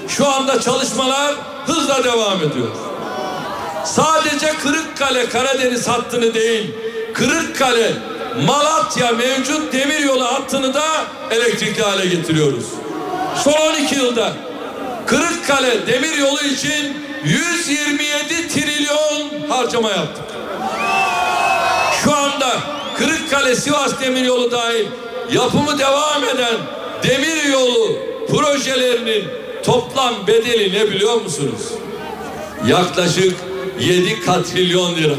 Şu anda çalışmalar hızla devam ediyor. Sadece Kırıkkale Karadeniz hattını değil, Kırıkkale Malatya mevcut demiryolu hattını da elektrikli hale getiriyoruz. Son on iki yılda Kırıkkale demiryolu için yüz yirmi yedi trilyon harcama yaptık. Şu anda Kırıkkale Sivas demiryolu dahil yapımı devam eden demiryolu projelerinin toplam bedeli ne biliyor musunuz? Yaklaşık yedi katrilyon lira.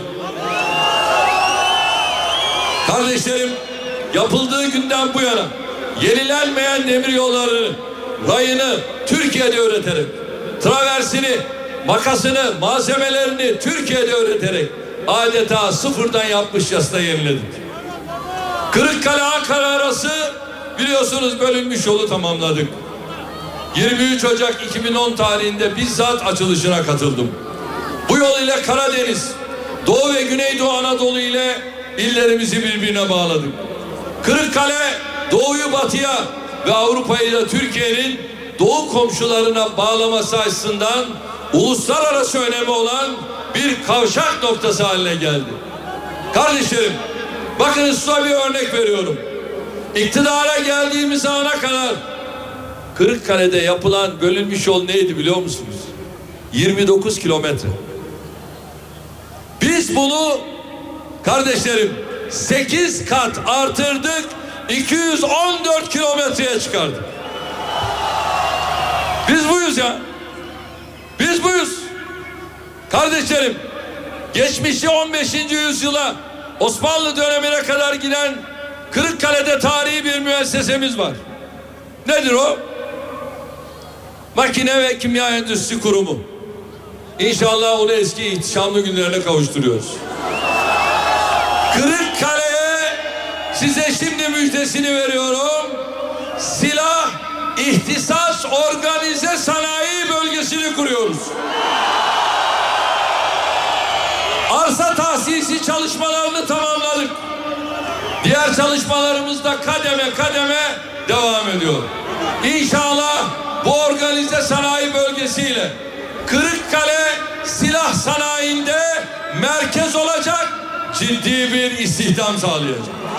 Kardeşlerim, yapıldığı günden bu yana yenilenmeyen demiryollarını, rayını Türkiye'de üreterek, traversini, makasını, malzemelerini Türkiye'de üreterek adeta sıfırdan yapmışçasına yeniledik. Kırıkkale Ankara arası biliyorsunuz bölünmüş yolu tamamladık. yirmi üç Ocak iki bin on tarihinde bizzat açılışına katıldım. Bu yol ile Karadeniz, Doğu ve Güneydoğu Anadolu ile illerimizi birbirine bağladık. Kırıkkale Doğu'yu batıya ve Avrupa'yı da Türkiye'nin Doğu komşularına bağlaması açısından uluslararası önemi olan bir kavşak noktası haline geldi. Kardeşlerim, bakın size bir örnek veriyorum. İktidara geldiğimiz ana kadar Kırıkkale'de yapılan bölünmüş yol neydi biliyor musunuz? yirmi dokuz kilometre. Biz bunu kardeşlerim sekiz kat artırdık, iki yüz on dört kilometreye çıkardık. Biz buyuz ya. Biz buyuz. Kardeşlerim, geçmişi on beşinci yüzyıla, Osmanlı dönemine kadar giden Kırıkkale'de tarihi bir müessesemiz var. Nedir o? Makine ve Kimya Endüstri Kurumu. İnşallah onu eski ihtişamlı günlerine kavuşturuyoruz. Kırıkkale'ye size şimdi müjdesini veriyorum. Silah İhtisas Organize Sanayi Bölgesi'ni kuruyoruz. Arsa tahsisi çalışmalarını tamamladık. Diğer çalışmalarımız da kademe kademe devam ediyor. İnşallah bu organize sanayi bölgesiyle Kırıkkale silah sanayinde merkez olacak, ciddi bir istihdam sağlayacak.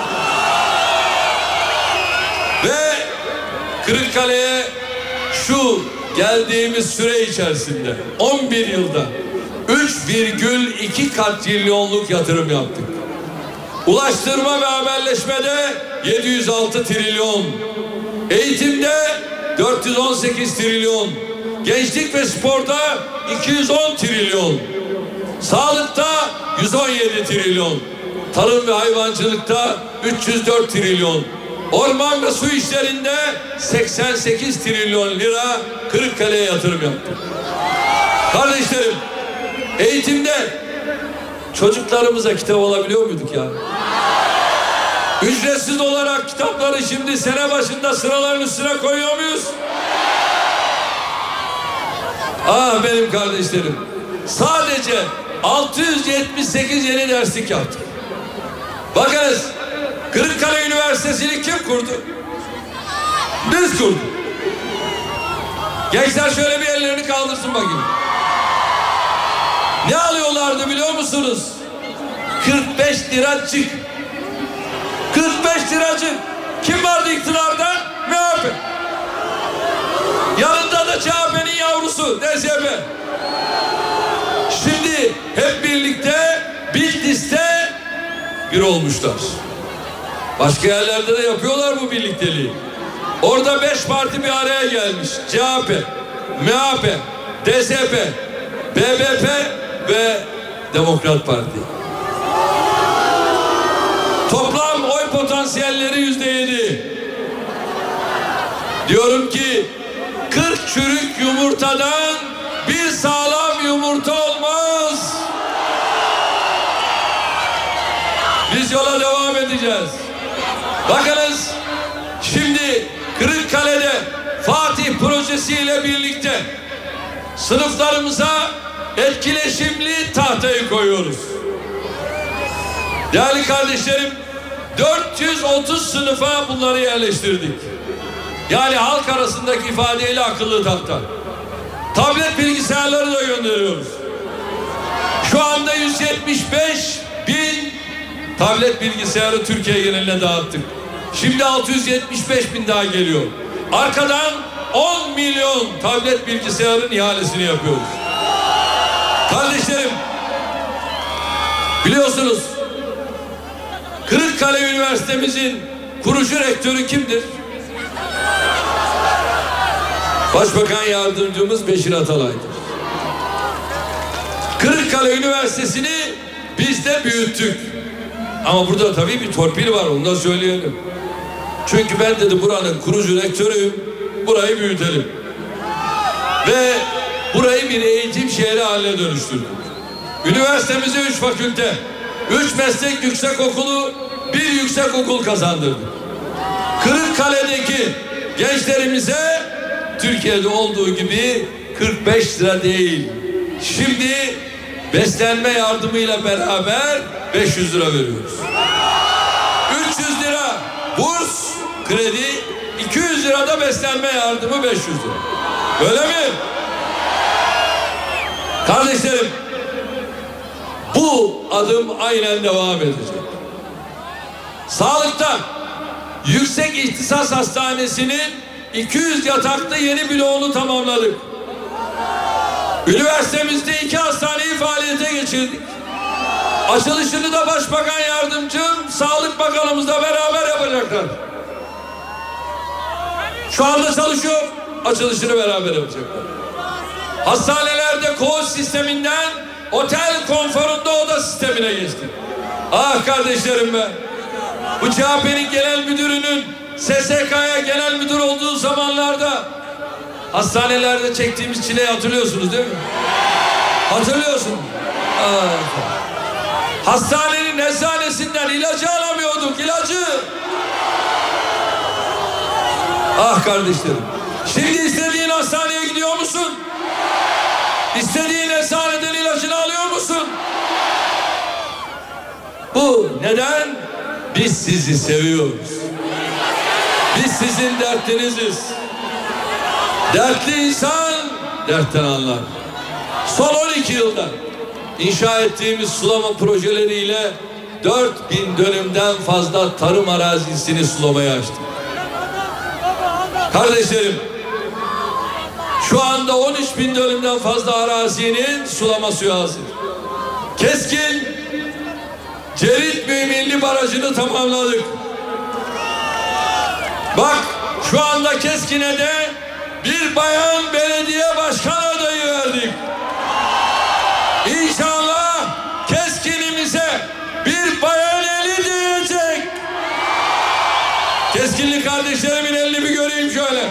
Ve Kırıkkale'ye şu geldiğimiz süre içerisinde on bir yılda üç virgül iki katrilyonluk yatırım yaptık. Ulaştırma ve haberleşmede yedi yüz altı trilyon, eğitimde dört yüz on sekiz trilyon, gençlik ve sporda iki yüz on trilyon, sağlıkta yüz on yedi trilyon, tarım ve hayvancılıkta üç yüz dört trilyon, orman ve su işlerinde seksen sekiz trilyon lira Kırıkkale'ye yatırım yaptık. Kardeşlerim, eğitimde çocuklarımıza kitap alabiliyor muyduk ya? Ücretsiz olarak kitapları şimdi sene başında sıraların üstüne koyuyor muyuz? Ah benim kardeşlerim, sadece altı yüz yetmiş sekiz yeni derslik yaptık. Bakınız, Kırıkkale Üniversitesi'ni kim kurdu? Biz kurduk. Gençler şöyle bir ellerini kaldırsın bakayım. Ne alıyorlardı biliyor musunuz? kırk beş liracık. kırk beş liracık. Kim vardı iktidarda? M H P. Yanında da C H P'nin yavrusu D S P. Şimdi hep birlikte Bitlis'te bir olmuşlar. Başka yerlerde de yapıyorlar bu birlikteliği. Orada beş parti bir araya gelmiş. C H P, M H P, D S P, B B P ve Demokrat Parti. Toplam oy potansiyelleri yüzde yedi. Diyorum ki kırk çürük yumurtadan bir sağlam yumurta olmaz. Biz yola devam edeceğiz. Bakınız, şimdi Kırıkkale'de Fatih projesiyle birlikte sınıflarımıza etkileşimli tahtayı koyuyoruz. Değerli kardeşlerim, dört yüz otuz sınıfa bunları yerleştirdik. Yani halk arasındaki ifadeyle akıllı tahta. Tablet bilgisayarları da gönderiyoruz. Şu anda yüz yetmiş beş bin tablet bilgisayarı Türkiye geneline dağıttık. Şimdi altı yüz yetmiş beş bin daha geliyor. Arkadan on milyon tablet bilgisayarın ihalesini yapıyoruz. Kardeşlerim, biliyorsunuz Kırıkkale Üniversitemizin kurucu rektörü kimdir? Başbakan Yardımcımız Beşir Atalay'dır. Kırıkkale Üniversitesi'ni biz de büyüttük. Ama burada tabii bir torpil var, onu da söyleyelim. Çünkü ben dedi buranın kurucu rektörüyüm, burayı büyütelim. Ve burayı bir eğitim şehri haline dönüştürdük. Üniversitemize üç fakülte, üç meslek yüksekokulu, bir yüksekokul kazandırdık. Kırıkkale'deki gençlerimize Türkiye'de olduğu gibi kırk beş lira değil, şimdi beslenme yardımıyla beraber beş yüz lira veriyoruz. üç yüz lira burs, kredi, iki yüz lira da beslenme yardımı, beş yüz lira. Öyle mi? Kardeşlerim, bu adım aynen devam edecek. Sağlıkta Yüksek İhtisas Hastanesi'nin iki yüz yataklı yeni bloğunu tamamladık. Üniversitemizde iki hastaneyi faaliyete geçirdik. Açılışını da Başbakan Yardımcım, Sağlık Bakanımızla beraber yapacaklar. Şu anda çalışıyor, açılışını beraber yapacaklar. Hastanelerde koğuş sisteminden otel konforunda oda sistemine geçtik. Ah kardeşlerim be, bu C H P'nin genel müdürünün S S K'ya genel müdür olduğu zamanlarda hastanelerde çektiğimiz çileyi hatırlıyorsunuz değil mi? Hatırlıyorsun. Ah. Hastanenin eczanesinden ilacı alamıyorduk, ilacı. Ah kardeşlerim, şimdi istediğin hastaneye gidiyor musun? İstediğin eczaneden ilacını alıyor musun? Bu neden? Biz sizi seviyoruz. Biz sizin dertliniziz. Dertli insan dertten anlar. Son on iki yılda inşa ettiğimiz sulama projeleriyle dört bin dönümden fazla tarım arazisini sulamaya açtık. Kardeşlerim, şu anda on üç bin dönümden fazla arazinin sulama suyu hazır. Keskin Cerit Müminli Barajı'nı tamamladık. Bak, şu anda Keskin'e de bir bayan belediye başkan adayı verdik. İnşallah Keskin'imize bir bayan eli değecek. Keskinli kardeşlerimin elini bir göreyim şöyle.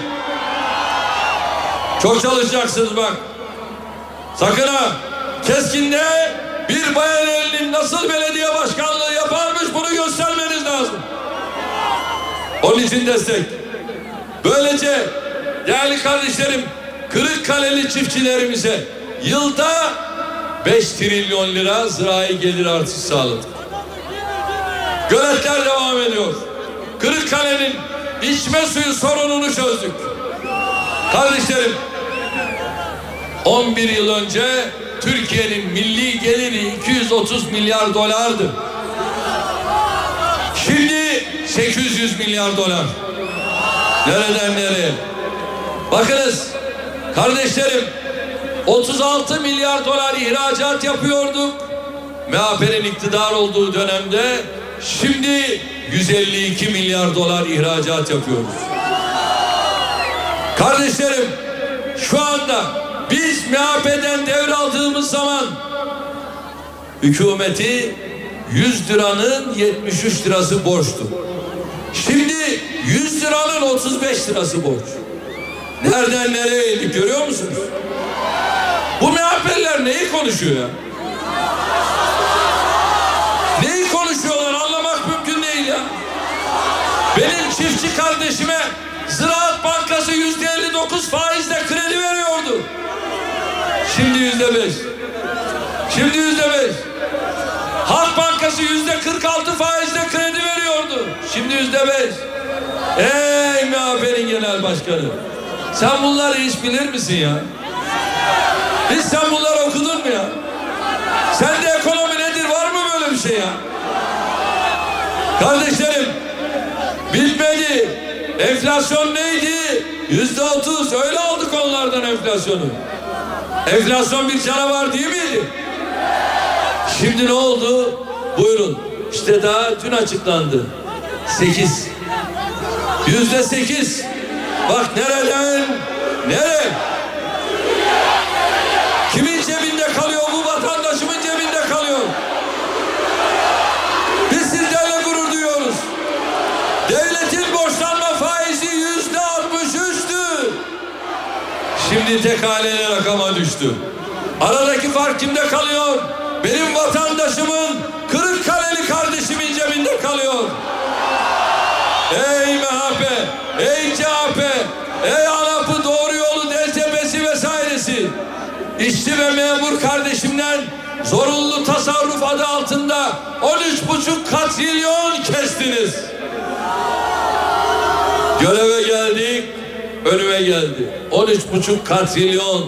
Çok çalışacaksınız bak. Sakın ha, Keskin'de bir bayan elinin nasıl belediye başkanlığı yaparmış bunu göstermeniz lazım. Onun için destek. Böylece değerli kardeşlerim, Kırıkkaleli çiftçilerimize yılda beş trilyon lira zirai gelir artışı sağladık. Göletler devam ediyor. Kırıkkale'nin içme suyu sorununu çözdük. Kardeşlerim, on bir yıl önce Türkiye'nin milli geliri iki yüz otuz milyar dolardı. Şimdi sekiz yüz milyar dolar. Nereden nereye? Bakınız kardeşlerim, otuz altı milyar dolar ihracat yapıyorduk M H P'nin iktidar olduğu dönemde. Şimdi yüz elli iki milyar dolar ihracat yapıyoruz. Kardeşlerim, şu anda biz M H P'den devraldığımız zaman hükümeti yüz liranın yetmiş üç lirası borçtu. Şimdi yüz liranın otuz beş lirası borç. Nereden nereye indik görüyor musunuz? Bu M H P'liler neyi konuşuyor ya? Neyi konuşuyorlar anlamak mümkün değil ya. Benim çiftçi kardeşime Ziraat Bankası yüzde elli dokuz faizle kredi veriyordu. Şimdi yüzde beş. Şimdi yüzde beş. Halk Bankası yüzde kırk altı faizle kredi veriyordu. Şimdi yüzde beş. Ey M H P'nin genel başkanı, sen bunları hiç bilir misin ya? Biz sen bunları okudun mu ya? Sende ekonomi nedir? Var mı böyle bir şey ya? Kardeşlerim, bitmedi. Enflasyon neydi? Yüzde otuz. Öyle aldık onlardan enflasyonu. Enflasyon bir canavar değil miydi? Şimdi ne oldu? Buyurun. İşte daha dün açıklandı. Sekiz. Yüzde sekiz. Bak nereden? Nereye? Kimin cebinde kalıyor? Bu vatandaşımın cebinde kalıyor. Biz sizlerle gurur duyuyoruz. Devletin borçlanma faizi yüzde altmış üçtü. Şimdi tek haneli rakama düştü. Aradaki fark kimde kalıyor? Benim vatandaşımın, Kırıkkaleli kardeşimin cebinde kalıyor. Ey M H P, ey C H P, ey ANAP'ı, Doğru Yolu, D C P'si vesairesi. İşçi ve memur kardeşimden zorunlu tasarruf adı altında on üç buçuk katrilyon kestiniz. Göreve geldik, önüme geldi. on üç buçuk katrilyon.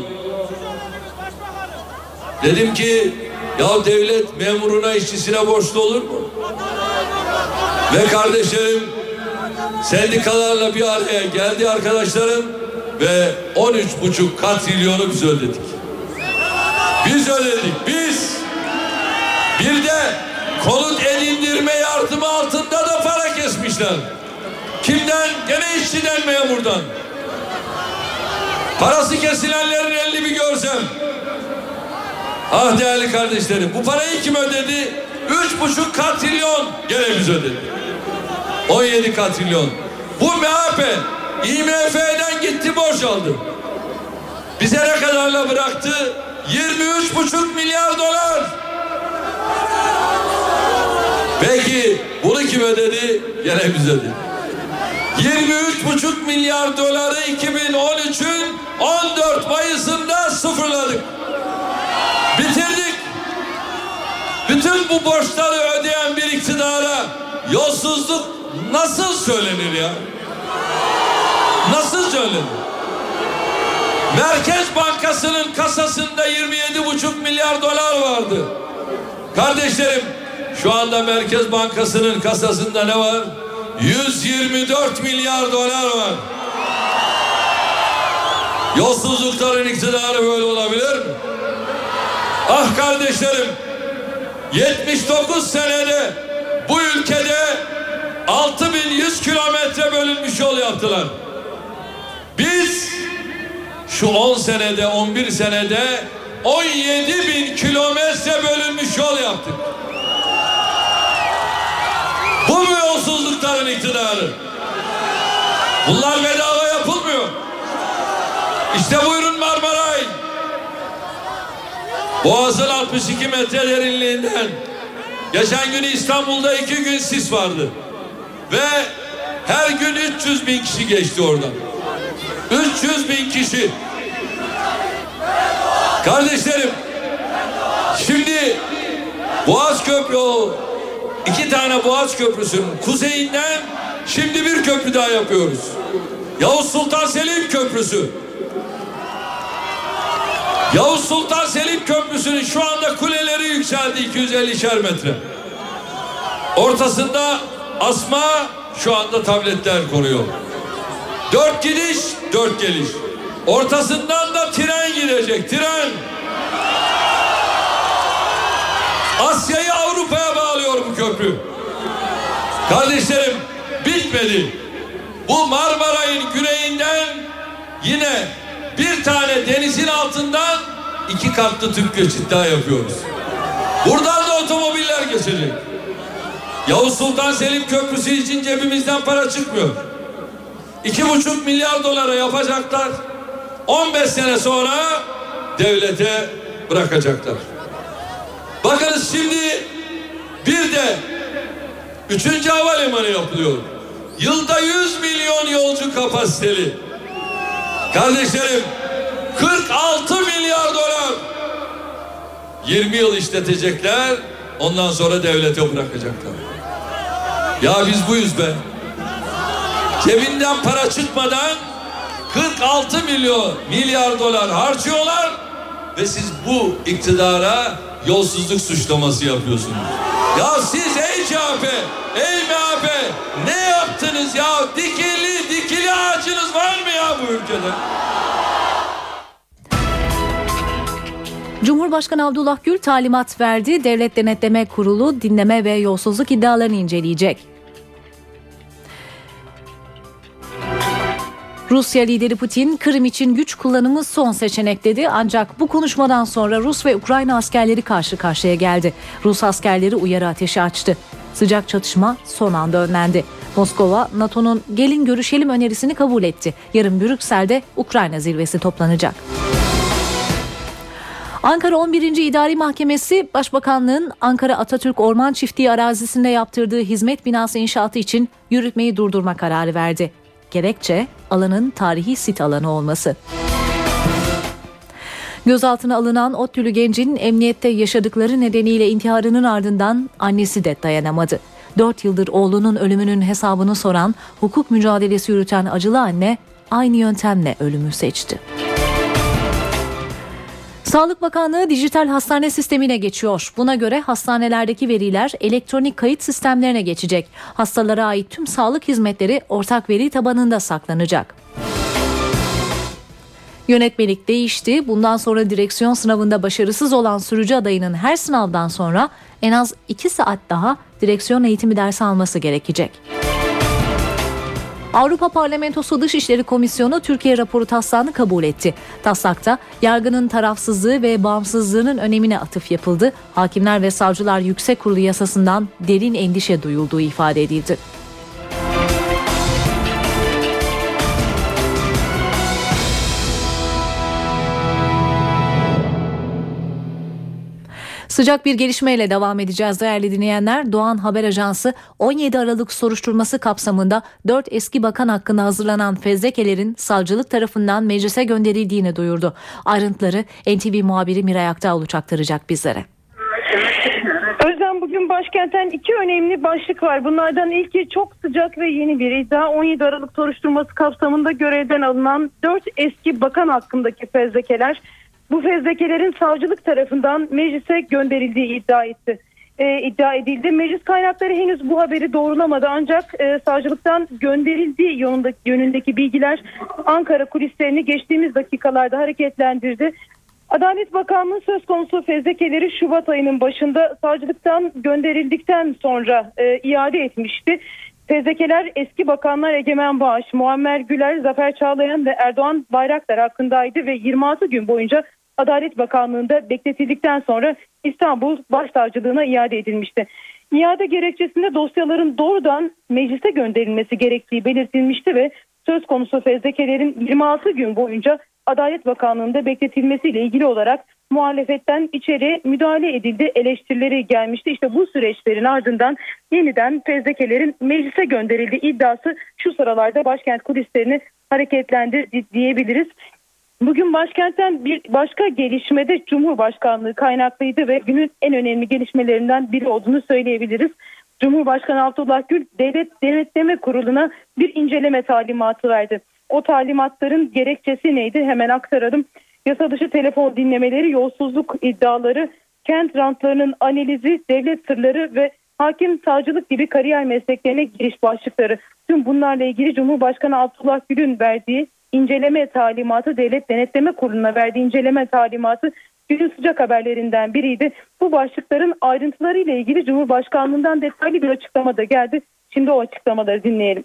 Dedim ki ya devlet memuruna, işçisine borçlu olur mu? Ve kardeşlerim, sendikalarla bir araya geldi arkadaşlarım ve on üç buçuk katrilyonu biz ödedik. Biz ödedik, biz. Bir de konut edindirme yardımı altında da para kesmişler. Kimden? Gene işçiden, memurdan. Parası kesilenlerin elini bir görsem. Ah değerli kardeşlerim, bu parayı kim ödedi? Üç buçuk katrilyon gene biz ödedik. on yedi katrilyon. Bu M H P I M F'den gitti, borç aldı. Bize ne kadarla bıraktı? yirmi üç buçuk milyar dolar. Peki bunu kim ödedi? Gene biz ödedik. yirmi üç buçuk milyar doları iki bin on üçün on dört Mayıs'ında sıfırladık. Bitirdik. Bütün bu borçları ödeyen bir iktidara yolsuzluk nasıl söylenir ya? Nasıl söylenir? Merkez Bankası'nın kasasında yirmi yedi buçuk milyar dolar vardı. Kardeşlerim, şu anda Merkez Bankası'nın kasasında ne var? yüz yirmi dört milyar dolar var. Yolsuzlukların iktidarı böyle olabilir mi? Ah kardeşlerim, yetmiş dokuz senede bu ülkede altı bin yüz kilometre bölünmüş yol yaptılar. Biz şu on senede, on bir senede on yedi bin kilometre bölünmüş yol yaptık. Bu mu yolsuzlukların iktidarı? Bunlar bedava yapılmıyor. İşte buyurun Marmaray. Boğaz'ın altmış iki metre derinliğinden. Geçen gün İstanbul'da iki gün sis vardı. Ve her gün üç yüz bin kişi geçti oradan. üç yüz bin kişi. Kardeşlerim, şimdi Boğaz Köprü, o iki tane Boğaz Köprüsü'nün kuzeyinden şimdi bir köprü daha yapıyoruz. Yavuz Sultan Selim Köprüsü. Yavuz Sultan Selim Köprüsü'nün şu anda kuleleri yükseldi iki yüz ellişer metre. Ortasında asma, şu anda tabletler konuyor. Dört gidiş, dört geliş. Ortasından da tren gidecek, tren. Asya'yı Avrupa'ya bağlıyor bu köprü. Kardeşlerim, bitmedi. Bu Marmaray'ın güneyinden yine bir tane denizin altından iki katlı tüp geçit daha yapıyoruz. Buradan da otomobiller geçecek. Yavuz Sultan Selim Köprüsü için cebimizden para çıkmıyor. İki buçuk milyar dolara yapacaklar. on beş sene sonra devlete bırakacaklar. Bakınız şimdi bir de üçüncü havalimanı yapılıyor. Yılda yüz milyon yolcu kapasiteli. Kardeşlerim, kırk altı milyar dolar. yirmi yıl işletecekler, ondan sonra devlete bırakacaklar. Ya biz buyuz be. Cebinden para çıkmadan kırk altı milyon milyar dolar harcıyorlar. ve siz bu iktidara yolsuzluk suçlaması yapıyorsunuz. Ya siz ey C H P, ey M H P ne yaptınız ya? Dikili dikili ağacınız var mı ya bu ülkede? Cumhurbaşkanı Abdullah Gül talimat verdi. Devlet Denetleme Kurulu dinleme ve yolsuzluk iddialarını inceleyecek. Rusya lideri Putin, Kırım için güç kullanımı son seçenek dedi. Ancak bu konuşmadan sonra Rus ve Ukrayna askerleri karşı karşıya geldi. Rus askerleri uyarı ateşi açtı. Sıcak çatışma son anda önlendi. Moskova, NATO'nun gelin görüşelim önerisini kabul etti. Yarın Brüksel'de Ukrayna zirvesi toplanacak. Ankara on birinci İdari Mahkemesi, Başbakanlığın Ankara Atatürk Orman Çiftliği arazisinde yaptırdığı hizmet binası inşaatı için yürütmeyi durdurma kararı verdi. Gerekçe, alanın tarihi sit alanı olması. Gözaltına alınan ODTÜ'lü gencin emniyette yaşadıkları nedeniyle intiharının ardından annesi de dayanamadı. Dört yıldır oğlunun ölümünün hesabını soran, hukuk mücadelesi yürüten acılı anne aynı yöntemle ölümü seçti. Sağlık Bakanlığı dijital hastane sistemine geçiyor. Buna göre hastanelerdeki veriler elektronik kayıt sistemlerine geçecek. Hastalara ait tüm sağlık hizmetleri ortak veri tabanında saklanacak. Yönetmelik değişti. Bundan sonra direksiyon sınavında başarısız olan sürücü adayının her sınavdan sonra en az iki saat daha direksiyon eğitimi dersi alması gerekecek. Avrupa Parlamentosu Dışişleri Komisyonu Türkiye raporu taslağını kabul etti. Taslakta yargının tarafsızlığı ve bağımsızlığının önemine atıf yapıldı. Hakimler ve Savcılar Yüksek Kurulu yasasından derin endişe duyulduğu ifade edildi. Sıcak bir gelişmeyle devam edeceğiz değerli dinleyenler. Doğan Haber Ajansı on yedi Aralık soruşturması kapsamında dört eski bakan hakkında hazırlanan fezlekelerin savcılık tarafından meclise gönderildiğini duyurdu. Ayrıntıları N T V muhabiri Miray Aktağuluç aktaracak bizlere. Özlem, bugün başkentten iki önemli başlık var. Bunlardan ilki çok sıcak ve yeni bir iddia. on yedi Aralık soruşturması kapsamında görevden alınan dört eski bakan hakkındaki fezlekeler. Bu fezlekelerin savcılık tarafından meclise gönderildiği iddia etti. E, iddia edildi. Meclis kaynakları henüz bu haberi doğrulamadı ancak e, savcılıktan gönderildiği yönündeki, yönündeki bilgiler Ankara kulislerini geçtiğimiz dakikalarda hareketlendirdi. Adalet Bakanlığı söz konusu fezlekeleri Şubat ayının başında savcılıktan gönderildikten sonra e, iade etmişti. Fezlekeler eski bakanlar Egemen Bağış, Muammer Güler, Zafer Çağlayan ve Erdoğan Bayraktar hakkındaydı ve yirmi altı gün boyunca Adalet Bakanlığı'nda bekletildikten sonra İstanbul Başsavcılığına iade edilmişti. İade gerekçesinde dosyaların doğrudan meclise gönderilmesi gerektiği belirtilmişti ve söz konusu fezlekelerin yirmi altı gün boyunca Adalet Bakanlığı'nda bekletilmesiyle ilgili olarak muhalefetten içeri müdahale edildi, eleştirileri gelmişti. İşte bu süreçlerin ardından yeniden fezlekelerin meclise gönderildiği iddiası şu sıralarda başkent kulislerini hareketlendi diyebiliriz. Bugün başkentten bir başka gelişmede Cumhurbaşkanlığı kaynaklıydı ve günün en önemli gelişmelerinden biri olduğunu söyleyebiliriz. Cumhurbaşkanı Abdullah Gül Devlet Denetleme Kurulu'na bir inceleme talimatı verdi. O talimatların gerekçesi neydi? Hemen aktaralım. Yasa dışı telefon dinlemeleri, yolsuzluk iddiaları, kent rantlarının analizi, devlet sırları ve hakim, savcılık gibi kariyer mesleklerine giriş başlıkları. Tüm bunlarla ilgili Cumhurbaşkanı Abdullah Gül'ün verdiği inceleme talimatı, Devlet Denetleme Kurulu'na verdiği inceleme talimatı günün sıcak haberlerinden biriydi. Bu başlıkların ayrıntılarıyla ilgili Cumhurbaşkanlığından detaylı bir açıklama da geldi. Şimdi o açıklamaları dinleyelim.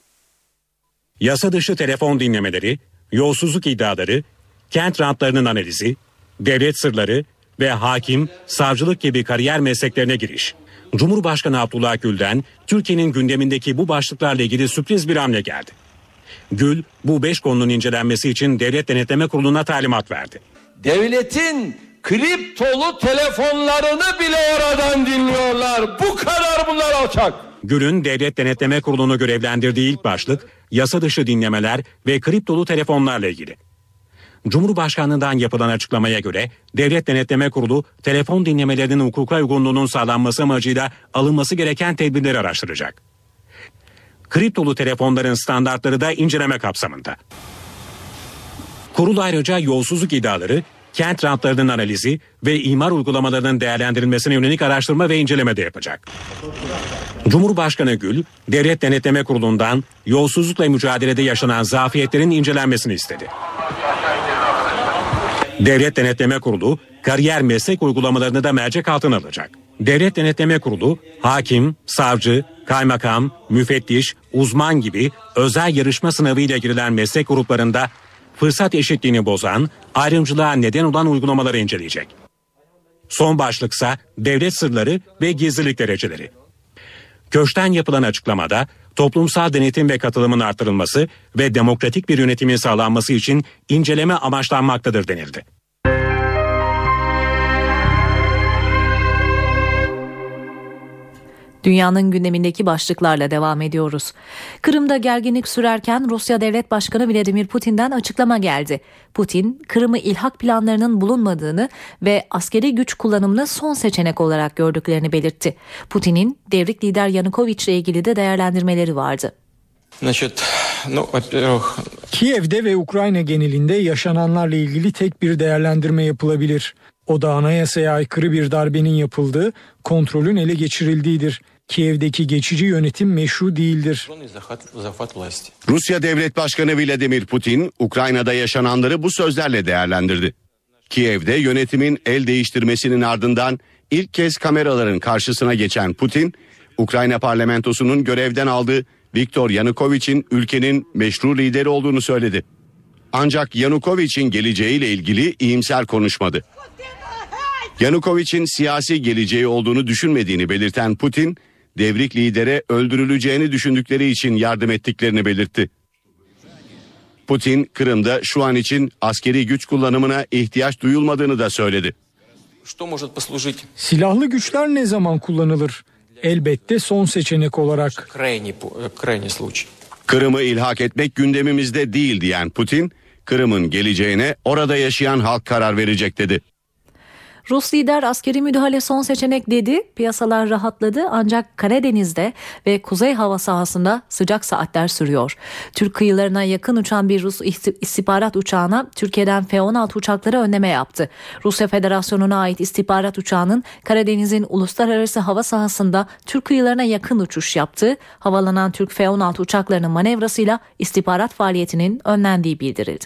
Yasa dışı telefon dinlemeleri, yolsuzluk iddiaları, kent rantlarının analizi, devlet sırları ve hakim, savcılık gibi kariyer mesleklerine giriş. Cumhurbaşkanı Abdullah Gül'den Türkiye'nin gündemindeki bu başlıklarla ilgili sürpriz bir hamle geldi. Gül, bu beş konunun incelenmesi için Devlet Denetleme Kurulu'na talimat verdi. Devletin kriptolu telefonlarını bile oradan dinliyorlar. Bu kadar bunlar alçak. Gül'ün Devlet Denetleme Kurulu'nu görevlendirdiği ilk başlık yasa dışı dinlemeler ve kriptolu telefonlarla ilgili. Cumhurbaşkanlığından yapılan açıklamaya göre Devlet Denetleme Kurulu telefon dinlemelerinin hukuka uygunluğunun sağlanması amacıyla alınması gereken tedbirleri araştıracak. Kriptolu telefonların standartları da inceleme kapsamında. Kurul ayrıca yolsuzluk iddiaları, kent rantlarının analizi ve imar uygulamalarının değerlendirilmesine yönelik araştırma ve inceleme de yapacak. Cumhurbaşkanı Gül, Devlet Denetleme Kurulu'ndan yolsuzlukla mücadelede yaşanan zafiyetlerin incelenmesini istedi. Devlet Denetleme Kurulu, kariyer meslek uygulamalarını da mercek altına alacak. Devlet Denetleme Kurulu, hakim, savcı, kaymakam, müfettiş, uzman gibi özel yarışma sınavıyla girilen meslek gruplarında fırsat eşitliğini bozan, ayrımcılığa neden olan uygulamaları inceleyecek. Son başlıksa devlet sırları ve gizlilik dereceleri. Köşkten yapılan açıklamada toplumsal denetim ve katılımın artırılması ve demokratik bir yönetimin sağlanması için inceleme amaçlanmaktadır denildi. Dünyanın gündemindeki başlıklarla devam ediyoruz. Kırım'da gerginlik sürerken Rusya Devlet Başkanı Vladimir Putin'den açıklama geldi. Putin, Kırım'ı ilhak planlarının bulunmadığını ve askeri güç kullanımını son seçenek olarak gördüklerini belirtti. Putin'in devrik lider Yanukovych ile ilgili de değerlendirmeleri vardı. Kiev'de ve Ukrayna genelinde yaşananlarla ilgili tek bir değerlendirme yapılabilir. O da anayasaya aykırı bir darbenin yapıldığı, kontrolün ele geçirildiğidir. Kiev'deki geçici yönetim meşru değildir. Rusya Devlet Başkanı Vladimir Putin, Ukrayna'da yaşananları bu sözlerle değerlendirdi. Kiev'de yönetimin el değiştirmesinin ardından ilk kez kameraların karşısına geçen Putin, Ukrayna parlamentosunun görevden aldığı Viktor Yanukovych'in ülkenin meşru lideri olduğunu söyledi. Ancak Yanukovych'in geleceğiyle ilgili iyimser konuşmadı. Yanukovych'in siyasi geleceği olduğunu düşünmediğini belirten Putin, devrik lidere öldürüleceğini düşündükleri için yardım ettiklerini belirtti. Putin, Kırım'da şu an için askeri güç kullanımına ihtiyaç duyulmadığını da söyledi. Silahlı güçler ne zaman kullanılır? Elbette son seçenek olarak. Kırım'ı ilhak etmek gündemimizde değil diyen Putin, Kırım'ın geleceğine orada yaşayan halk karar verecek dedi. Rus lider askeri müdahale son seçenek dedi, piyasalar rahatladı ancak Karadeniz'de ve kuzey hava sahasında sıcak saatler sürüyor. Türk kıyılarına yakın uçan bir Rus istihbarat uçağına Türkiye'den F on altı uçakları önleme yaptı. Rusya Federasyonu'na ait istihbarat uçağının Karadeniz'in uluslararası hava sahasında Türk kıyılarına yakın uçuş yaptığı, havalanan Türk F on altı uçaklarının manevrasıyla istihbarat faaliyetinin önlendiği bildirildi.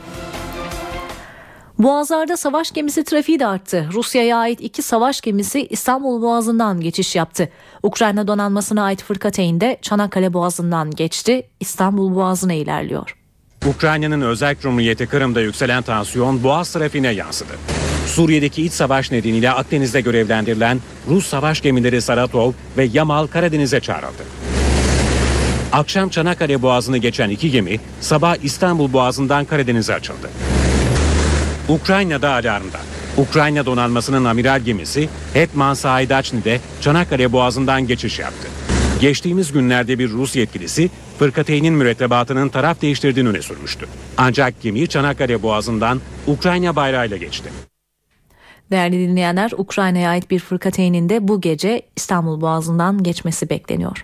Boğazlarda savaş gemisi trafiği de arttı. Rusya'ya ait iki savaş gemisi İstanbul Boğazı'ndan geçiş yaptı. Ukrayna donanmasına ait fırkateyn de Çanakkale Boğazı'ndan geçti. İstanbul Boğazı'na ilerliyor. Ukrayna'nın Özerk Cumhuriyeti Kırım'da yükselen tansiyon Boğaz trafiğine yansıdı. Suriye'deki iç savaş nedeniyle Akdeniz'de görevlendirilen Rus savaş gemileri Saratov ve Yamal Karadeniz'e çağrıldı. Akşam Çanakkale Boğazı'nı geçen iki gemi sabah İstanbul Boğazı'ndan Karadeniz'e açıldı. Ukrayna'da alarmda. Ukrayna donanmasının amiral gemisi Hetman Saidaçni'de Çanakkale Boğazı'ndan geçiş yaptı. Geçtiğimiz günlerde bir Rus yetkilisi fırkateynin mürettebatının taraf değiştirdiğini öne sürmüştü. Ancak gemi Çanakkale Boğazı'ndan Ukrayna bayrağıyla geçti. Değerli dinleyenler, Ukrayna'ya ait bir fırkateynin de bu gece İstanbul Boğazı'ndan geçmesi bekleniyor.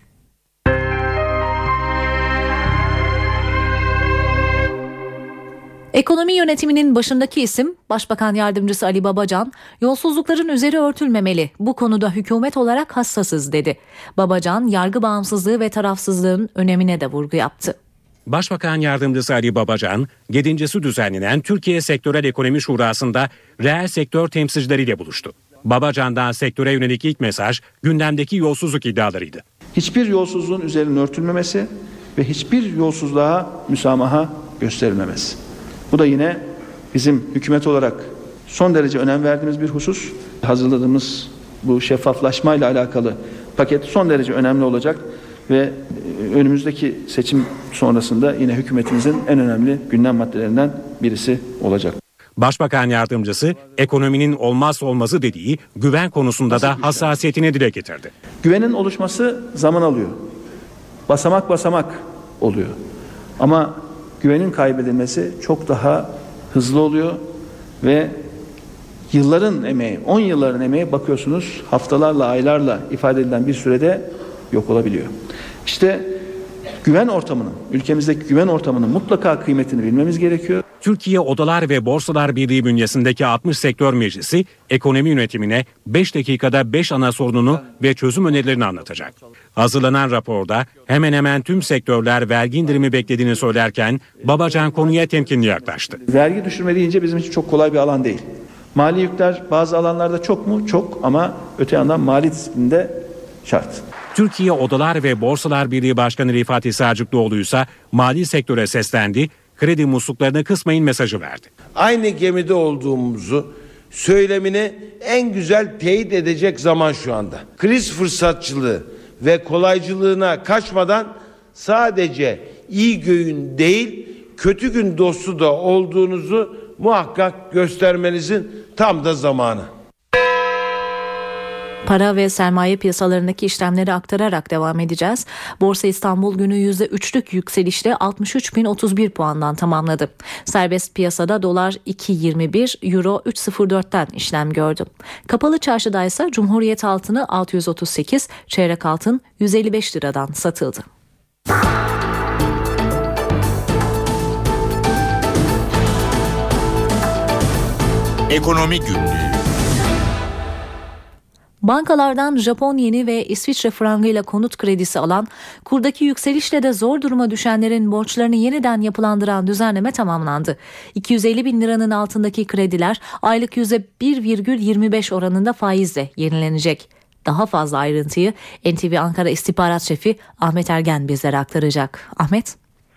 Ekonomi yönetiminin başındaki isim Başbakan Yardımcısı Ali Babacan, yolsuzlukların üzeri örtülmemeli, bu konuda hükümet olarak hassasız dedi. Babacan, yargı bağımsızlığı ve tarafsızlığın önemine de vurgu yaptı. Başbakan Yardımcısı Ali Babacan, Gedincesi düzenlenen Türkiye Sektörel Ekonomi Şurası'nda reel sektör temsilcileriyle buluştu. Babacan'dan sektöre yönelik ilk mesaj gündemdeki yolsuzluk iddialarıydı. Hiçbir yolsuzluğun üzerinin örtülmemesi ve hiçbir yolsuzluğa müsamaha gösterilmemesi. Bu da yine bizim hükümet olarak son derece önem verdiğimiz bir husus. Hazırladığımız bu şeffaflaşmayla alakalı paket son derece önemli olacak ve önümüzdeki seçim sonrasında yine hükümetimizin en önemli gündem maddelerinden birisi olacak. Başbakan Yardımcısı ekonominin olmazsa olmazı dediği güven konusunda da hassasiyetini dile getirdi. Güvenin oluşması zaman alıyor. Basamak basamak oluyor. Ama güvenin kaybedilmesi çok daha hızlı oluyor ve yılların emeği, on yılların emeği bakıyorsunuz haftalarla, aylarla ifade edilen bir sürede yok olabiliyor. İşte güven ortamının, ülkemizdeki güven ortamının mutlaka kıymetini bilmemiz gerekiyor. Türkiye Odalar ve Borsalar Birliği bünyesindeki altmış sektör meclisi ekonomi yönetimine beş dakikada beş ana sorununu ve çözüm önerilerini anlatacak. Hazırlanan raporda hemen hemen tüm sektörler vergi indirimi beklediğini söylerken Babacan konuya temkinli yaklaştı. Vergi düşürme deyince bizim için çok kolay bir alan değil. Mali yükler bazı alanlarda çok mu? Çok, ama öte yandan mali disiplinde şart. Türkiye Odalar ve Borsalar Birliği Başkanı Rifat Hisarcıklıoğlu ise mali sektöre seslendi, kredi musluklarını kısmayın mesajı verdi. Aynı gemide olduğumuzu söylemini en güzel teyit edecek zaman şu anda. Kriz fırsatçılığı ve kolaycılığına kaçmadan sadece iyi gün değil, kötü gün dostu da olduğunuzu muhakkak göstermenizin tam da zamanı. Para ve sermaye piyasalarındaki işlemleri aktararak devam edeceğiz. Borsa İstanbul günü yüzde üçlük yükselişle altmış üç bin otuz bir puandan tamamladı. Serbest piyasada dolar iki virgül yirmi bir, euro üç virgül sıfır dörtten işlem gördü. Kapalı çarşıda ise Cumhuriyet altını altı yüz otuz sekiz, çeyrek altın yüz elli beş liradan satıldı. Ekonomi Günlüğü. Bankalardan Japon yeni ve İsviçre frangıyla konut kredisi alan, kurdaki yükselişle de zor duruma düşenlerin borçlarını yeniden yapılandıran düzenleme tamamlandı. iki yüz elli bin liranın altındaki krediler aylık yüzde bir virgül yirmi beş oranında faizle yenilenecek. Daha fazla ayrıntıyı N T V Ankara İstihbarat Şefi Ahmet Ergen bizlere aktaracak. Ahmet?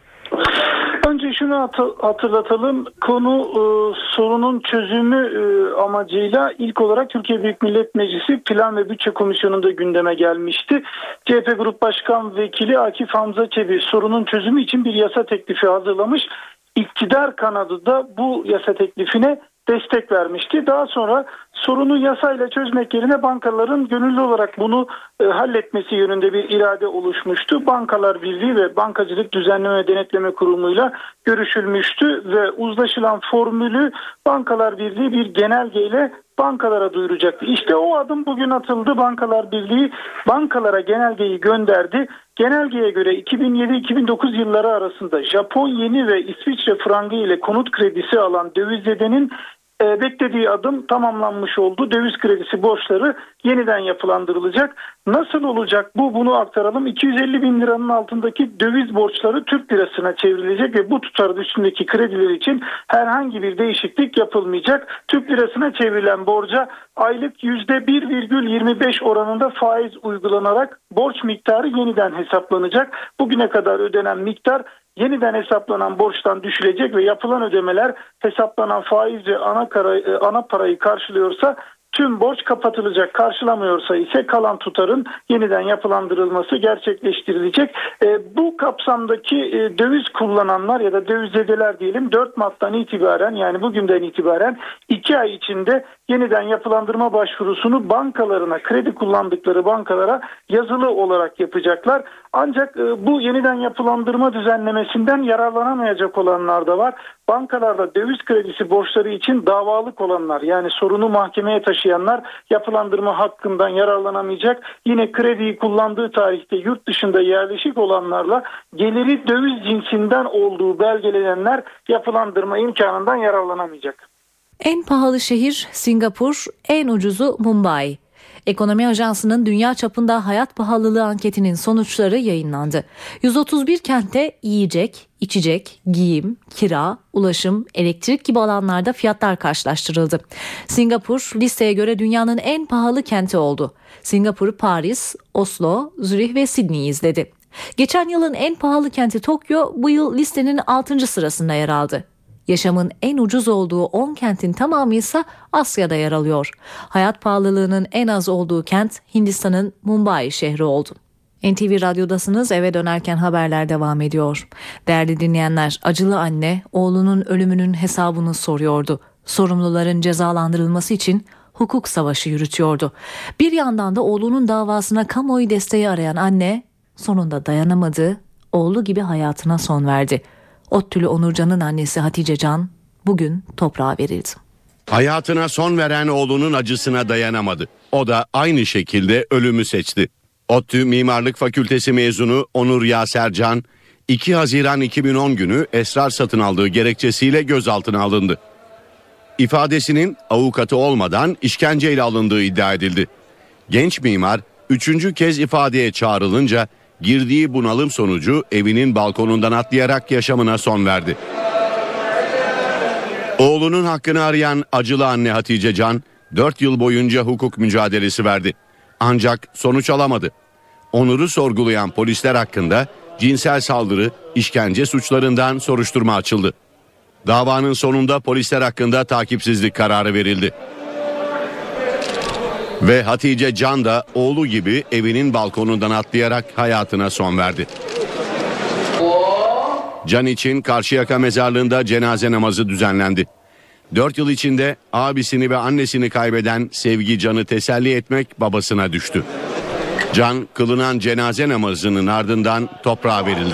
Önce şunu hatırlatalım. Konu e, sorunun çözümü e, amacıyla ilk olarak Türkiye Büyük Millet Meclisi Plan ve Bütçe Komisyonu'nda gündeme gelmişti. C H P Grup Başkan Vekili Akif Hamza Çebi sorunun çözümü için bir yasa teklifi hazırlamış. İktidar kanadı da bu yasa teklifine destek vermişti. Daha sonra sorunu yasayla çözmek yerine bankaların gönüllü olarak bunu e, halletmesi yönünde bir irade oluşmuştu. Bankalar Birliği ve Bankacılık Düzenleme ve Denetleme Kurumu'yla görüşülmüştü ve uzlaşılan formülü Bankalar Birliği bir genelgeyle bankalara duyuracaktı. İşte o adım bugün atıldı. Bankalar Birliği bankalara genelgeyi gönderdi. Genelgeye göre iki bin yedi iki bin dokuz yılları arasında Japon yeni ve İsviçre frangı ile konut kredisi alan dövizdedenin e, beklediği adım tamamlanmış oldu. Döviz kredisi borçları yeniden yapılandırılacak. Nasıl olacak bu? Bunu aktaralım. iki yüz elli bin liranın altındaki döviz borçları Türk lirasına çevrilecek ve bu tutarın üstündeki krediler için herhangi bir değişiklik yapılmayacak. Türk lirasına çevrilen borca aylık yüzde bir virgül yirmi beş oranında faiz uygulanarak borç miktarı yeniden hesaplanacak. Bugüne kadar ödenen miktar yeniden hesaplanan borçtan düşülecek ve yapılan ödemeler hesaplanan faiz ve ana, kara, ana parayı karşılıyorsa tüm borç kapatılacak, karşılamıyorsa ise kalan tutarın yeniden yapılandırılması gerçekleştirilecek. E, bu kapsamdaki e, döviz kullananlar ya da dövizdedeler diyelim dört Mart'tan itibaren, yani bugünden itibaren iki ay içinde yeniden yapılandırma başvurusunu bankalarına, kredi kullandıkları bankalara yazılı olarak yapacaklar. Ancak e, bu yeniden yapılandırma düzenlemesinden yararlanamayacak olanlar da var. Bankalarda döviz kredisi borçları için davalık olanlar, yani sorunu mahkemeye taşıyanlar yapılandırma hakkından yararlanamayacak. Yine krediyi kullandığı tarihte yurt dışında yerleşik olanlarla geliri döviz cinsinden olduğu belgelenenler yapılandırma imkanından yararlanamayacak. En pahalı şehir Singapur, en ucuzu Mumbai. Ekonomi Ajansı'nın dünya çapında hayat pahalılığı anketinin sonuçları yayınlandı. yüz otuz bir kentte yiyecek, içecek, giyim, kira, ulaşım, elektrik gibi alanlarda fiyatlar karşılaştırıldı. Singapur listeye göre dünyanın en pahalı kenti oldu. Singapur, Paris, Oslo, Zürih ve Sydney'i izledi. Geçen yılın en pahalı kenti Tokyo bu yıl listenin altıncı sırasında yer aldı. Yaşamın en ucuz olduğu on kentin tamamı ise Asya'da yer alıyor. Hayat pahalılığının en az olduğu kent Hindistan'ın Mumbai şehri oldu. N T V Radyo'dasınız, eve dönerken haberler devam ediyor. Değerli dinleyenler, acılı anne oğlunun ölümünün hesabını soruyordu. Sorumluların cezalandırılması için hukuk savaşı yürütüyordu. Bir yandan da oğlunun davasına kamuoyu desteği arayan anne sonunda dayanamadı, oğlu gibi hayatına son verdi. ODTÜ'lü Onurcan'ın annesi Hatice Can bugün toprağa verildi. Hayatına son veren oğlunun acısına dayanamadı. O da aynı şekilde ölümü seçti. ODTÜ Mimarlık Fakültesi mezunu Onur Yaser Can, iki Haziran iki bin on günü esrar satın aldığı gerekçesiyle gözaltına alındı. İfadesinin avukatı olmadan işkenceyle alındığı iddia edildi. Genç mimar üçüncü kez ifadeye çağrılınca girdiği bunalım sonucu evinin balkonundan atlayarak yaşamına son verdi. Oğlunun hakkını arayan acılı anne Hatice Can dört yıl boyunca hukuk mücadelesi verdi. Ancak sonuç alamadı. Onur'u sorgulayan polisler hakkında cinsel saldırı, işkence suçlarından soruşturma açıldı. Davanın sonunda polisler hakkında takipsizlik kararı verildi. Ve Hatice Can da oğlu gibi evinin balkonundan atlayarak hayatına son verdi. Can için Karşıyaka mezarlığında cenaze namazı düzenlendi. Dört yıl içinde abisini ve annesini kaybeden Sevgi Can'ı teselli etmek babasına düştü. Can kılınan cenaze namazının ardından toprağa verildi.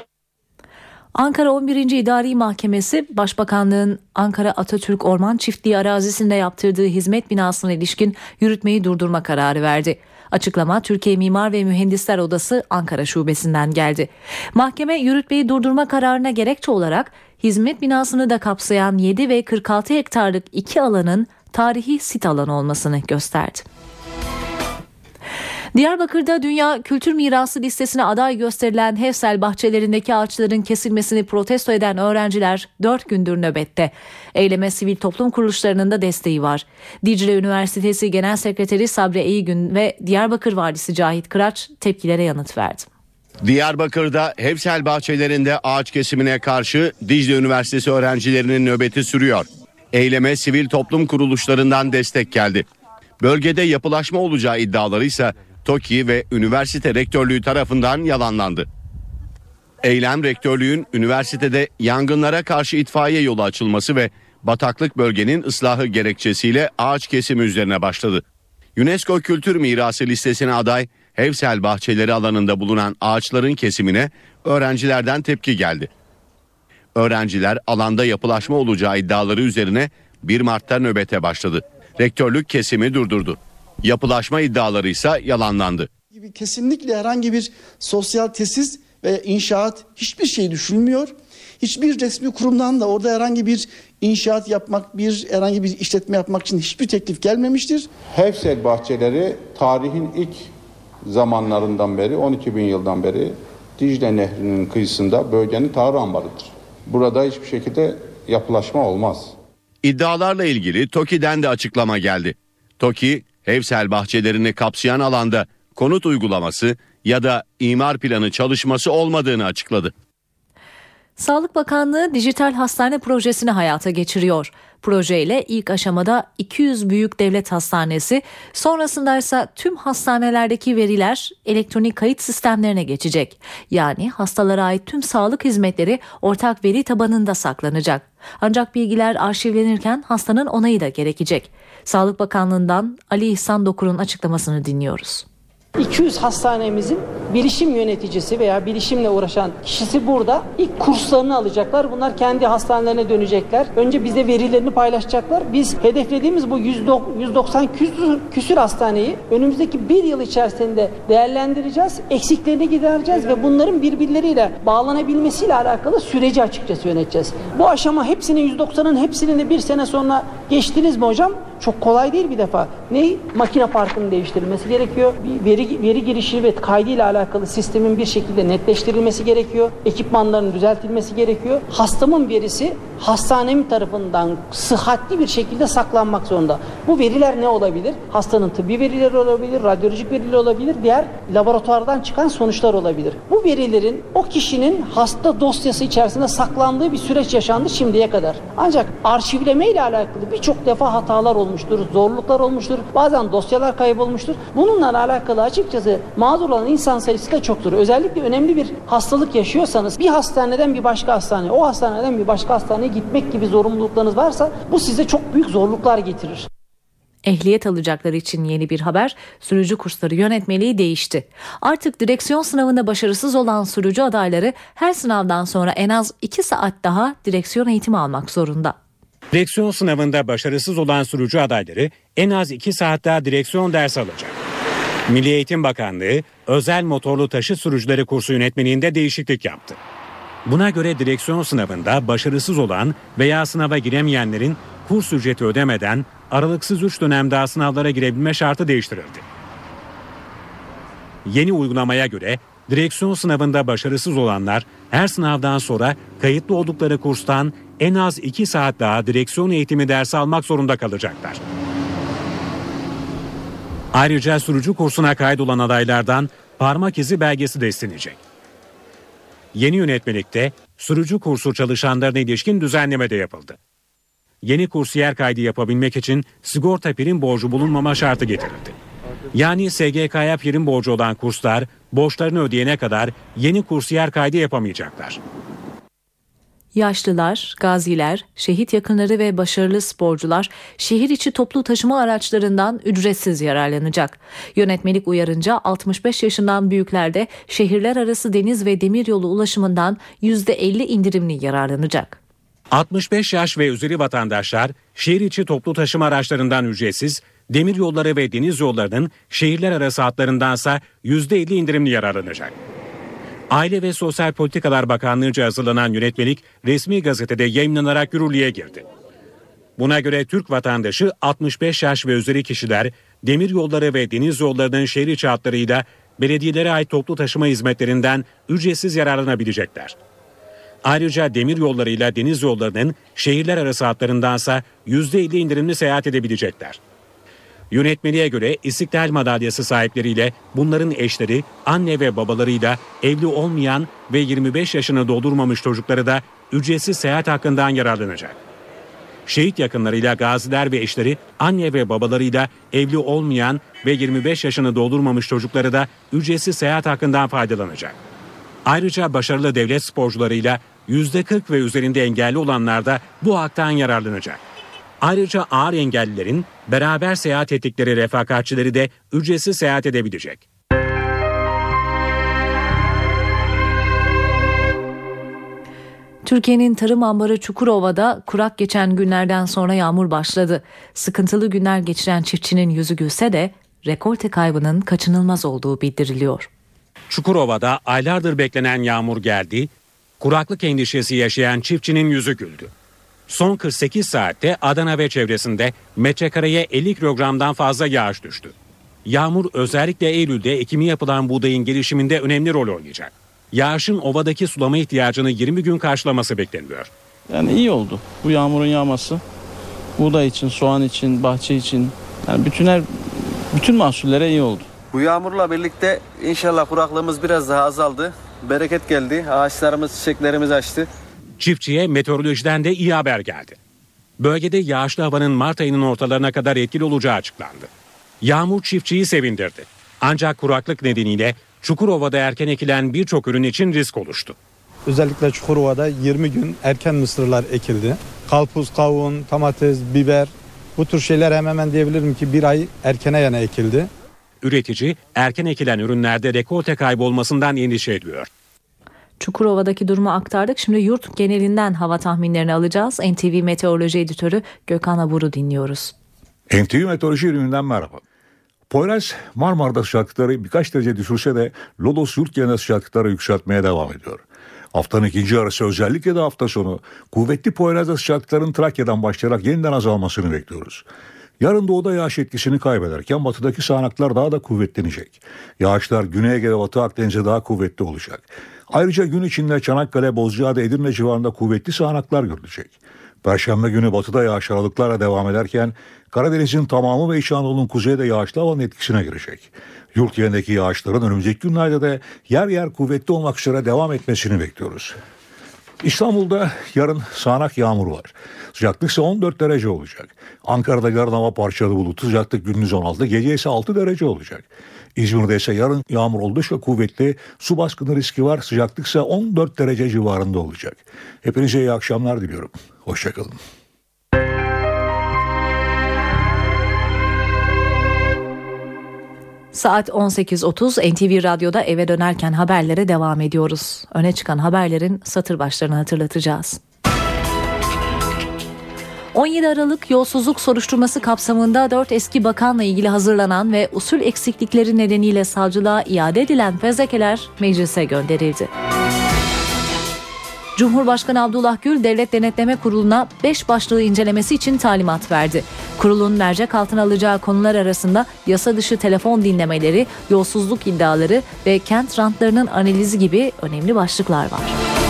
Ankara on birinci İdari Mahkemesi, Başbakanlığın Ankara Atatürk Orman Çiftliği arazisinde yaptırdığı hizmet binasına ilişkin yürütmeyi durdurma kararı verdi. Açıklama Türkiye Mimar ve Mühendisler Odası Ankara Şubesi'nden geldi. Mahkeme yürütmeyi durdurma kararına gerekçe olarak hizmet binasını da kapsayan yedi ve kırk altı hektarlık iki alanın tarihi sit alanı olmasını gösterdi. Diyarbakır'da Dünya Kültür Mirası listesine aday gösterilen Hevsel bahçelerindeki ağaçların kesilmesini protesto eden öğrenciler dört gündür nöbette. Eyleme sivil toplum kuruluşlarının da desteği var. Dicle Üniversitesi Genel Sekreteri Sabri Eygün ve Diyarbakır Valisi Cahit Kıraç tepkilere yanıt verdi. Diyarbakır'da Hevsel bahçelerinde ağaç kesimine karşı Dicle Üniversitesi öğrencilerinin nöbeti sürüyor. Eyleme sivil toplum kuruluşlarından destek geldi. Bölgede yapılaşma olacağı iddiaları ise TOKİ ve üniversite rektörlüğü tarafından yalanlandı. Eylem rektörlüğün üniversitede yangınlara karşı itfaiye yolu açılması ve bataklık bölgenin ıslahı gerekçesiyle ağaç kesimi üzerine başladı. UNESCO Kültür Mirası listesine aday Hevsel bahçeleri alanında bulunan ağaçların kesimine öğrencilerden tepki geldi. Öğrenciler alanda yapılaşma olacağı iddiaları üzerine bir Mart'ta nöbete başladı. Rektörlük kesimi durdurdu. Yapılaşma iddiaları ise yalanlandı. Kesinlikle herhangi bir sosyal tesis ve inşaat hiçbir şey düşünülmüyor. Hiçbir resmi kurumdan da orada herhangi bir inşaat yapmak, bir herhangi bir işletme yapmak için hiçbir teklif gelmemiştir. Hevsel bahçeleri tarihin ilk zamanlarından beri, on iki bin yıldan beri Dicle Nehri'nin kıyısında bölgenin tarih ambarıdır. Burada hiçbir şekilde yapılaşma olmaz. İddialarla ilgili TOKİ'den de açıklama geldi. TOKİ, Hevsel bahçelerini kapsayan alanda konut uygulaması ya da imar planı çalışması olmadığını açıkladı. Sağlık Bakanlığı dijital hastane projesini hayata geçiriyor. Projeyle ilk aşamada iki yüz büyük devlet hastanesi, sonrasında ise tüm hastanelerdeki veriler elektronik kayıt sistemlerine geçecek. Yani hastalara ait tüm sağlık hizmetleri ortak veri tabanında saklanacak. Ancak bilgiler arşivlenirken hastanın onayı da gerekecek. Sağlık Bakanlığı'ndan Ali İhsan Dokur'un açıklamasını dinliyoruz. iki yüz hastanemizin bilişim yöneticisi veya bilişimle uğraşan kişisi burada ilk kurslarını alacaklar. Bunlar kendi hastanelerine dönecekler. Önce bize verilerini paylaşacaklar. Biz hedeflediğimiz bu yüz doksan küsür, küsür hastaneyi önümüzdeki bir yıl içerisinde değerlendireceğiz. Eksiklerini gidereceğiz ve bunların birbirleriyle bağlanabilmesiyle alakalı süreci açıkçası yöneteceğiz. Bu aşama hepsinin yüz doksanın hepsini de bir sene sonra geçtiniz mi hocam? Çok kolay değil bir defa. Ne? Makine parkının değiştirilmesi gerekiyor. Bir veri, veri girişi ve kaydıyla alakalı sistemin bir şekilde netleştirilmesi gerekiyor. Ekipmanların düzeltilmesi gerekiyor. Hastamın verisi hastanem tarafından sıhhatli bir şekilde saklanmak zorunda. Bu veriler ne olabilir? Hastanın tıbbi verileri olabilir, radyolojik verileri olabilir, diğer laboratuvardan çıkan sonuçlar olabilir. Bu verilerin o kişinin hasta dosyası içerisinde saklandığı bir süreç yaşandı şimdiye kadar. Ancak arşivleme ile alakalı birçok defa hatalar olmuştur, zorluklar olmuştur, bazen dosyalar kaybolmuştur. Bununla alakalı açıkçası mağdur olan insan sayısı da çoktur. Özellikle önemli bir hastalık yaşıyorsanız bir hastaneden bir başka hastaneye, o hastaneden bir başka hastaneye gitmek gibi zorunluluklarınız varsa bu size çok büyük zorluklar getirir. Ehliyet alacakları için yeni bir haber, sürücü kursları yönetmeliği değişti. Artık direksiyon sınavında başarısız olan sürücü adayları her sınavdan sonra en az iki saat daha direksiyon eğitimi almak zorunda. Direksiyon sınavında başarısız olan sürücü adayları en az iki saat daha direksiyon dersi alacak. Milli Eğitim Bakanlığı özel motorlu taşıt sürücüleri kursu yönetmeliğinde değişiklik yaptı. Buna göre direksiyon sınavında başarısız olan veya sınava giremeyenlerin kurs ücreti ödemeden aralıksız üç dönem daha sınavlara girebilme şartı değiştirildi. Yeni uygulamaya göre direksiyon sınavında başarısız olanlar her sınavdan sonra kayıtlı oldukları kurstan en az iki saat daha direksiyon eğitimi dersi almak zorunda kalacaklar. Ayrıca sürücü kursuna kaydolan adaylardan parmak izi belgesi de istenecek. Yeni yönetmelikte sürücü kursu çalışanlarına ilişkin düzenleme de yapıldı. Yeni kursiyer kaydı yapabilmek için sigorta prim borcu bulunmama şartı getirildi. Yani S G K'ya prim borcu olan kurslar borçlarını ödeyene kadar yeni kursiyer kaydı yapamayacaklar. Yaşlılar, gaziler, şehit yakınları ve başarılı sporcular şehir içi toplu taşıma araçlarından ücretsiz yararlanacak. Yönetmelik uyarınca altmış beş yaşından büyükler de şehirler arası deniz ve demiryolu ulaşımından yüzde elli indirimli yararlanacak. altmış beş yaş ve üzeri vatandaşlar şehir içi toplu taşıma araçlarından ücretsiz, demiryolları ve deniz yollarının şehirler arası hatlarındansa yüzde elli indirimli yararlanacak. Aile ve Sosyal Politikalar Bakanlığı'nca hazırlanan yönetmelik resmi gazetede yayımlanarak yürürlüğe girdi. Buna göre Türk vatandaşı altmış beş yaş ve üzeri kişiler demiryolları ve deniz yollarının şehir içi hatlarıyla belediyelere ait toplu taşıma hizmetlerinden ücretsiz yararlanabilecekler. Ayrıca demir yollarıyla deniz yollarının şehirler arası hatlarındansa yüzde elli indirimli seyahat edebilecekler. Yönetmeliğe göre İstiklal Madalyası sahipleriyle bunların eşleri, anne ve babalarıyla evli olmayan ve yirmi beş yaşını doldurmamış çocukları da ücretsiz seyahat hakkından yararlanacak. Şehit yakınlarıyla gaziler ve eşleri, anne ve babalarıyla evli olmayan ve yirmi beş yaşını doldurmamış çocukları da ücretsiz seyahat hakkından faydalanacak. Ayrıca başarılı devlet sporcularıyla yüzde kırk ve üzerinde engelli olanlar da bu haktan yararlanacak. Ayrıca ağır engellilerin beraber seyahat ettikleri refakatçileri de ücretsiz seyahat edebilecek. Türkiye'nin tarım ambarı Çukurova'da kurak geçen günlerden sonra yağmur başladı. Sıkıntılı günler geçiren çiftçinin yüzü gülse de rekolte kaybının kaçınılmaz olduğu bildiriliyor. Çukurova'da aylardır beklenen yağmur geldi, kuraklık endişesi yaşayan çiftçinin yüzü güldü. Son kırk sekiz saatte Adana ve çevresinde metrekareye elli kilogramdan fazla yağış düştü. Yağmur özellikle Eylül'de ekimi yapılan buğdayın gelişiminde önemli rol oynayacak. Yağışın ovadaki sulama ihtiyacını yirmi gün karşılaması bekleniyor. Yani iyi oldu bu yağmurun yağması. Buğday için, soğan için, bahçe için, yani bütün her bütün mahsullere iyi oldu. Bu yağmurla birlikte inşallah kuraklığımız biraz daha azaldı. Bereket geldi. Ağaçlarımız, çiçeklerimiz açtı. Çiftçiye meteorolojiden de iyi haber geldi. Bölgede yağışlı havanın Mart ayının ortalarına kadar etkili olacağı açıklandı. Yağmur çiftçiyi sevindirdi. Ancak kuraklık nedeniyle Çukurova'da erken ekilen birçok ürün için risk oluştu. Özellikle Çukurova'da yirmi gün erken mısırlar ekildi. Karpuz, kavun, domates, biber, bu tür şeyler hemen hemen diyebilirim ki bir ay erkene yana ekildi. Üretici erken ekilen ürünlerde rekolte kaybolmasından endişe ediyor. Çukurova'daki durumu aktardık. Şimdi yurt genelinden hava tahminlerini alacağız. N T V Meteoroloji Editörü Gökhan Abur'u dinliyoruz. N T V Meteoroloji ürününden merhaba. Poyraz Marmara'da sıcaklıkları birkaç derece düşürse de Lodos yurt genelinde sıcaklıkları yükseltmeye devam ediyor. Haftanın ikinci yarısı özellikle de hafta sonu kuvvetli Poyraz'da sıcaklıkların Trakya'dan başlayarak yeniden azalmasını bekliyoruz. Yarın doğuda yağış etkisini kaybederken batıdaki sağanaklar daha da kuvvetlenecek. Yağışlar Güney Ege ve Batı Akdeniz'de daha kuvvetli olacak. Ayrıca gün içinde Çanakkale, Bozcaada, Edirne civarında kuvvetli sağanaklar görülecek. Perşembe günü batıda yağış aralıklarla devam ederken Karadeniz'in tamamı ve İç Anadolu'nun kuzeyde yağışlı havanın etkisine girecek. Yurt genelindeki yağışların önümüzdeki günlerde de yer yer kuvvetli olmak üzere devam etmesini bekliyoruz. İstanbul'da yarın sağanak yağmur var. Sıcaklık ise on dört derece olacak. Ankara'da yarın hava parçalı bulutlu, sıcaklık gündüz on altı, gece ise altı derece olacak. İzmir'de ise yarın yağmur oldukça kuvvetli, su baskını riski var. Sıcaklık ise on dört derece civarında olacak. Hepinize iyi akşamlar diliyorum. Hoşçakalın. Saat on sekiz otuz N T V Radyo'da eve dönerken haberlere devam ediyoruz. Öne çıkan haberlerin satır başlarını hatırlatacağız. on yedi Aralık yolsuzluk soruşturması kapsamında dört eski bakanla ilgili hazırlanan ve usul eksiklikleri nedeniyle savcılığa iade edilen fezlekeler meclise gönderildi. Cumhurbaşkanı Abdullah Gül Devlet Denetleme Kurulu'na beş başlığı incelemesi için talimat verdi. Kurulun mercek altına alacağı konular arasında yasa dışı telefon dinlemeleri, yolsuzluk iddiaları ve kent rantlarının analizi gibi önemli başlıklar var.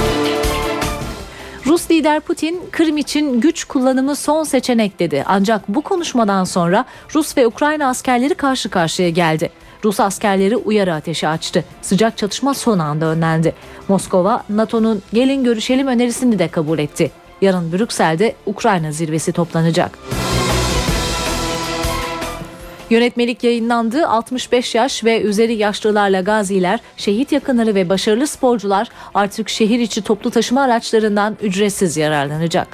Rus lider Putin, Kırım için güç kullanımı son seçenek dedi. Ancak bu konuşmadan sonra Rus ve Ukrayna askerleri karşı karşıya geldi. Rus askerleri uyarı ateşi açtı. Sıcak çatışma son anda önlendi. Moskova, NATO'nun gelin görüşelim önerisini de kabul etti. Yarın Brüksel'de Ukrayna zirvesi toplanacak. Yönetmelik yayınlandı. altmış beş yaş ve üzeri yaşlılarla gaziler, şehit yakınları ve başarılı sporcular artık şehir içi toplu taşıma araçlarından ücretsiz yararlanacak.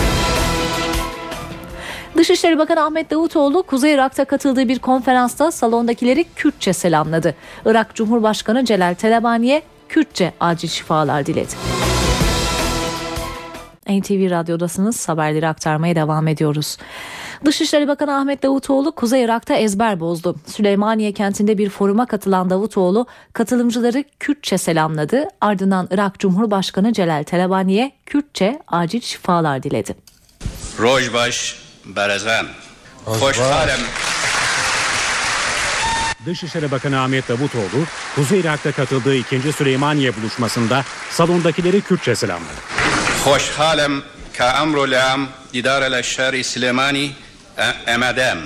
Dışişleri Bakanı Ahmet Davutoğlu, Kuzey Irak'ta katıldığı bir konferansta salondakileri Kürtçe selamladı. Irak Cumhurbaşkanı Celal Talabani'ye Kürtçe acil şifalar diledi. N T V Radyo'dasınız, haberleri aktarmaya devam ediyoruz. Dışişleri Bakanı Ahmet Davutoğlu Kuzey Irak'ta ezber bozdu. Süleymaniye kentinde bir foruma katılan Davutoğlu katılımcıları Kürtçe selamladı. Ardından Irak Cumhurbaşkanı Celal Talabani'ye Kürtçe acil şifalar diledi. Rojbaş Berezan. Hoş halem. Dışişleri Bakanı Ahmet Davutoğlu, Kuzey Irak'ta katıldığı ikinci Süleymaniye buluşmasında salondakileri Kürtçe selamladı. Hoş halem ka amru lam idare şehri Süleymani emadem.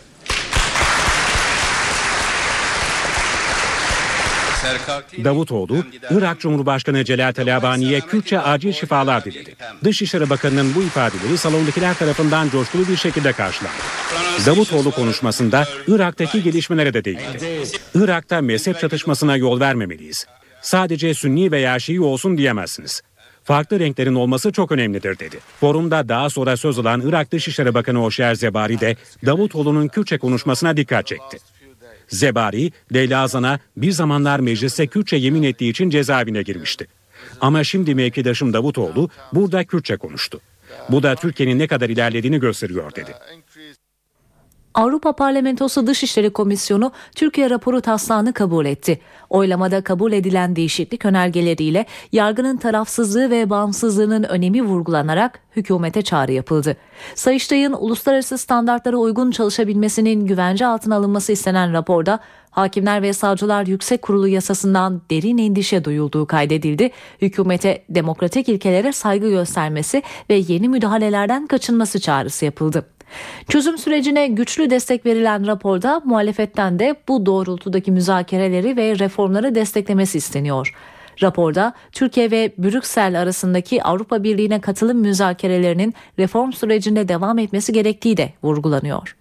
Davutoğlu, Irak Cumhurbaşkanı Celal Talabani'ye Kürtçe acil şifalar diledi. Dışişleri Bakanı'nın bu ifadeleri salondakiler tarafından coşkulu bir şekilde karşılandı. Davutoğlu konuşmasında Irak'taki gelişmelere de değindi. Irak'ta mezhep çatışmasına yol vermemeliyiz. Sadece Sünni veya Şii olsun diyemezsiniz. Farklı renklerin olması çok önemlidir dedi. Forumda daha sonra söz alan Irak Dışişleri Bakanı Hoşer Zebari de Davutoğlu'nun Kürtçe konuşmasına dikkat çekti. Zebari, Leyla Zan'a bir zamanlar mecliste Kürtçe yemin ettiği için cezaevine girmişti. Ama şimdi mevkidaşım Davutoğlu burada Kürtçe konuştu. Bu da Türkiye'nin ne kadar ilerlediğini gösteriyor dedi. Avrupa Parlamentosu Dışişleri Komisyonu Türkiye raporu taslağını kabul etti. Oylamada kabul edilen değişiklik önergeleriyle yargının tarafsızlığı ve bağımsızlığının önemi vurgulanarak hükümete çağrı yapıldı. Sayıştay'ın uluslararası standartlara uygun çalışabilmesinin güvence altına alınması istenen raporda Hakimler ve Savcılar Yüksek Kurulu yasasından derin endişe duyulduğu kaydedildi. Hükümete demokratik ilkelere saygı göstermesi ve yeni müdahalelerden kaçınması çağrısı yapıldı. Çözüm sürecine güçlü destek verilen raporda muhalefetten de bu doğrultudaki müzakereleri ve reformları desteklemesi isteniyor. Raporda Türkiye ve Brüksel arasındaki Avrupa Birliği'ne katılım müzakerelerinin reform sürecinde devam etmesi gerektiği de vurgulanıyor.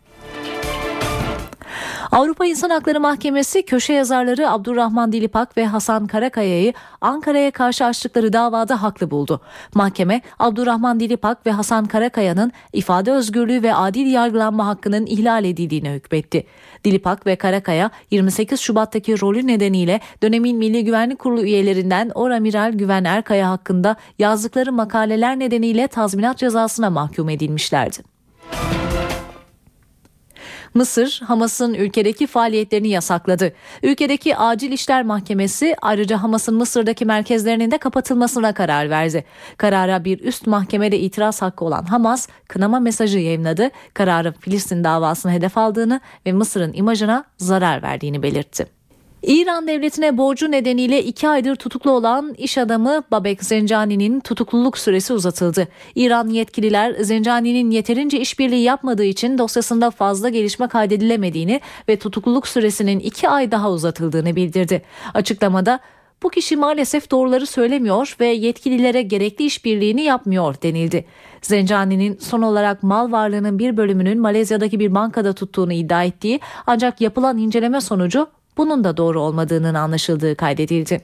Avrupa İnsan Hakları Mahkemesi köşe yazarları Abdurrahman Dilipak ve Hasan Karakaya'yı Ankara'ya karşı açtıkları davada haklı buldu. Mahkeme Abdurrahman Dilipak ve Hasan Karakaya'nın ifade özgürlüğü ve adil yargılanma hakkının ihlal edildiğine hükmetti. Dilipak ve Karakaya yirmi sekiz Şubat'taki rolü nedeniyle dönemin Milli Güvenlik Kurulu üyelerinden Oramiral Güven Erkaya hakkında yazdıkları makaleler nedeniyle tazminat cezasına mahkum edilmişlerdi. Mısır, Hamas'ın ülkedeki faaliyetlerini yasakladı. Ülkedeki Acil İşler Mahkemesi ayrıca Hamas'ın Mısır'daki merkezlerinin de kapatılmasına karar verdi. Karara bir üst mahkemede itiraz hakkı olan Hamas, kınama mesajı yayımladı. Kararın Filistin davasını hedef aldığını ve Mısır'ın imajına zarar verdiğini belirtti. İran devletine borcu nedeniyle iki aydır tutuklu olan iş adamı Babek Zencani'nin tutukluluk süresi uzatıldı. İran yetkililer Zencani'nin yeterince işbirliği yapmadığı için dosyasında fazla gelişme kaydedilemediğini ve tutukluluk süresinin iki ay daha uzatıldığını bildirdi. Açıklamada bu kişi maalesef doğruları söylemiyor ve yetkililere gerekli işbirliğini yapmıyor denildi. Zencani'nin son olarak mal varlığının bir bölümünün Malezya'daki bir bankada tuttuğunu iddia ettiği ancak yapılan inceleme sonucu bunun da doğru olmadığının anlaşıldığı kaydedildi.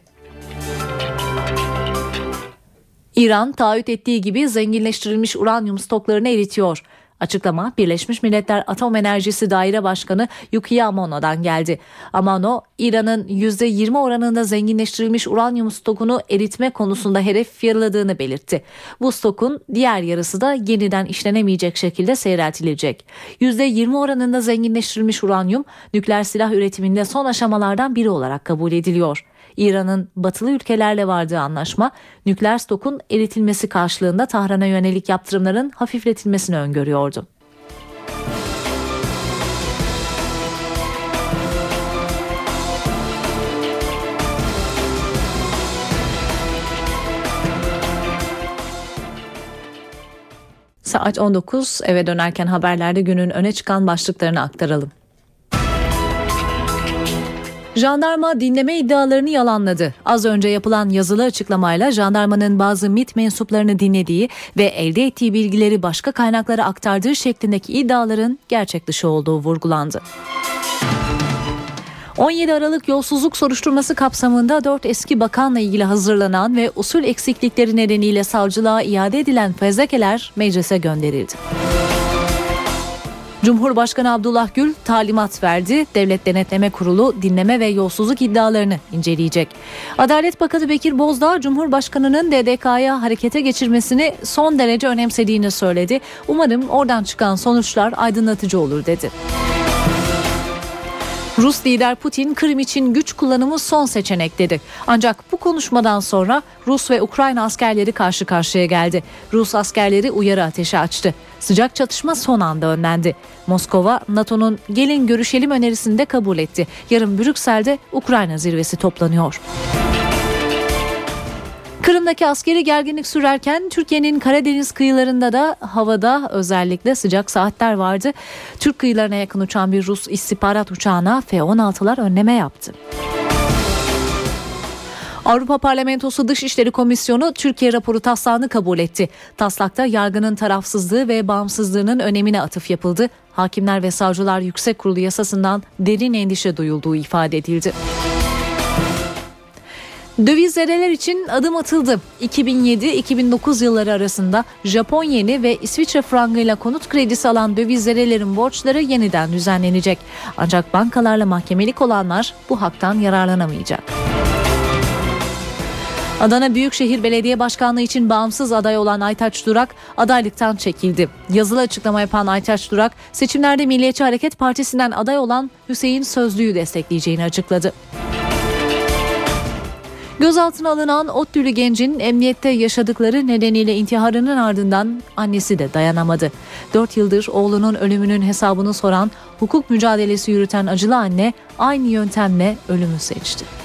İran taahhüt ettiği gibi zenginleştirilmiş uranyum stoklarını eritiyor. Açıklama Birleşmiş Milletler Atom Enerjisi Daire Başkanı Yukiya Amano'dan geldi. Amano, İran'ın yüzde yirmi oranında zenginleştirilmiş uranyum stokunu eritme konusunda hedef yarıladığını belirtti. Bu stokun diğer yarısı da yeniden işlenemeyecek şekilde seyreltilecek. yüzde yirmi oranında zenginleştirilmiş uranyum nükleer silah üretiminde son aşamalardan biri olarak kabul ediliyor. İran'ın batılı ülkelerle vardığı anlaşma, nükleer stokun eritilmesi karşılığında Tahran'a yönelik yaptırımların hafifletilmesini öngörüyordu. Saat on dokuz, eve dönerken haberlerde günün öne çıkan başlıklarını aktaralım. Jandarma dinleme iddialarını yalanladı. Az önce yapılan yazılı açıklamayla jandarmanın bazı MİT mensuplarını dinlediği ve elde ettiği bilgileri başka kaynaklara aktardığı şeklindeki iddiaların gerçek dışı olduğu vurgulandı. on yedi Aralık yolsuzluk soruşturması kapsamında dört eski bakanla ilgili hazırlanan ve usul eksiklikleri nedeniyle savcılığa iade edilen fezlekeler meclise gönderildi. Cumhurbaşkanı Abdullah Gül talimat verdi. Devlet Denetleme Kurulu dinleme ve yolsuzluk iddialarını inceleyecek. Adalet Bakanı Bekir Bozdağ, Cumhurbaşkanı'nın D D K'ya harekete geçirmesini son derece önemsediğini söyledi. Umarım oradan çıkan sonuçlar aydınlatıcı olur dedi. Rus lider Putin, Kırım için güç kullanımı son seçenek dedi. Ancak bu konuşmadan sonra Rus ve Ukrayna askerleri karşı karşıya geldi. Rus askerleri uyarı ateşi açtı. Sıcak çatışma son anda önlendi. Moskova, NATO'nun gelin görüşelim önerisini de kabul etti. Yarın Brüksel'de Ukrayna zirvesi toplanıyor. Kırım'daki askeri gerginlik sürerken Türkiye'nin Karadeniz kıyılarında da havada özellikle sıcak saatler vardı. Türk kıyılarına yakın uçan bir Rus istihbarat uçağına F on altılar önleme yaptı. Avrupa Parlamentosu Dışişleri Komisyonu Türkiye raporu taslağını kabul etti. Taslakta yargının tarafsızlığı ve bağımsızlığının önemine atıf yapıldı. Hakimler ve Savcılar Yüksek Kurulu yasasından derin endişe duyulduğu ifade edildi. Dövizlereler için adım atıldı. iki bin yedi iki bin dokuz yılları arasında Japon yeni ve İsviçre frangıyla konut kredisi alan dövizlerelerin borçları yeniden düzenlenecek. Ancak bankalarla mahkemelik olanlar bu haktan yararlanamayacak. Adana Büyükşehir Belediye Başkanlığı için bağımsız aday olan Aytaç Durak adaylıktan çekildi. Yazılı açıklama yapan Aytaç Durak, seçimlerde Milliyetçi Hareket Partisi'nden aday olan Hüseyin Sözlü'yü destekleyeceğini açıkladı. Gözaltına alınan ODTÜ'lü gencin emniyette yaşadıkları nedeniyle intiharının ardından annesi de dayanamadı. dört yıldır oğlunun ölümünün hesabını soran, hukuk mücadelesi yürüten acılı anne aynı yöntemle ölümü seçti.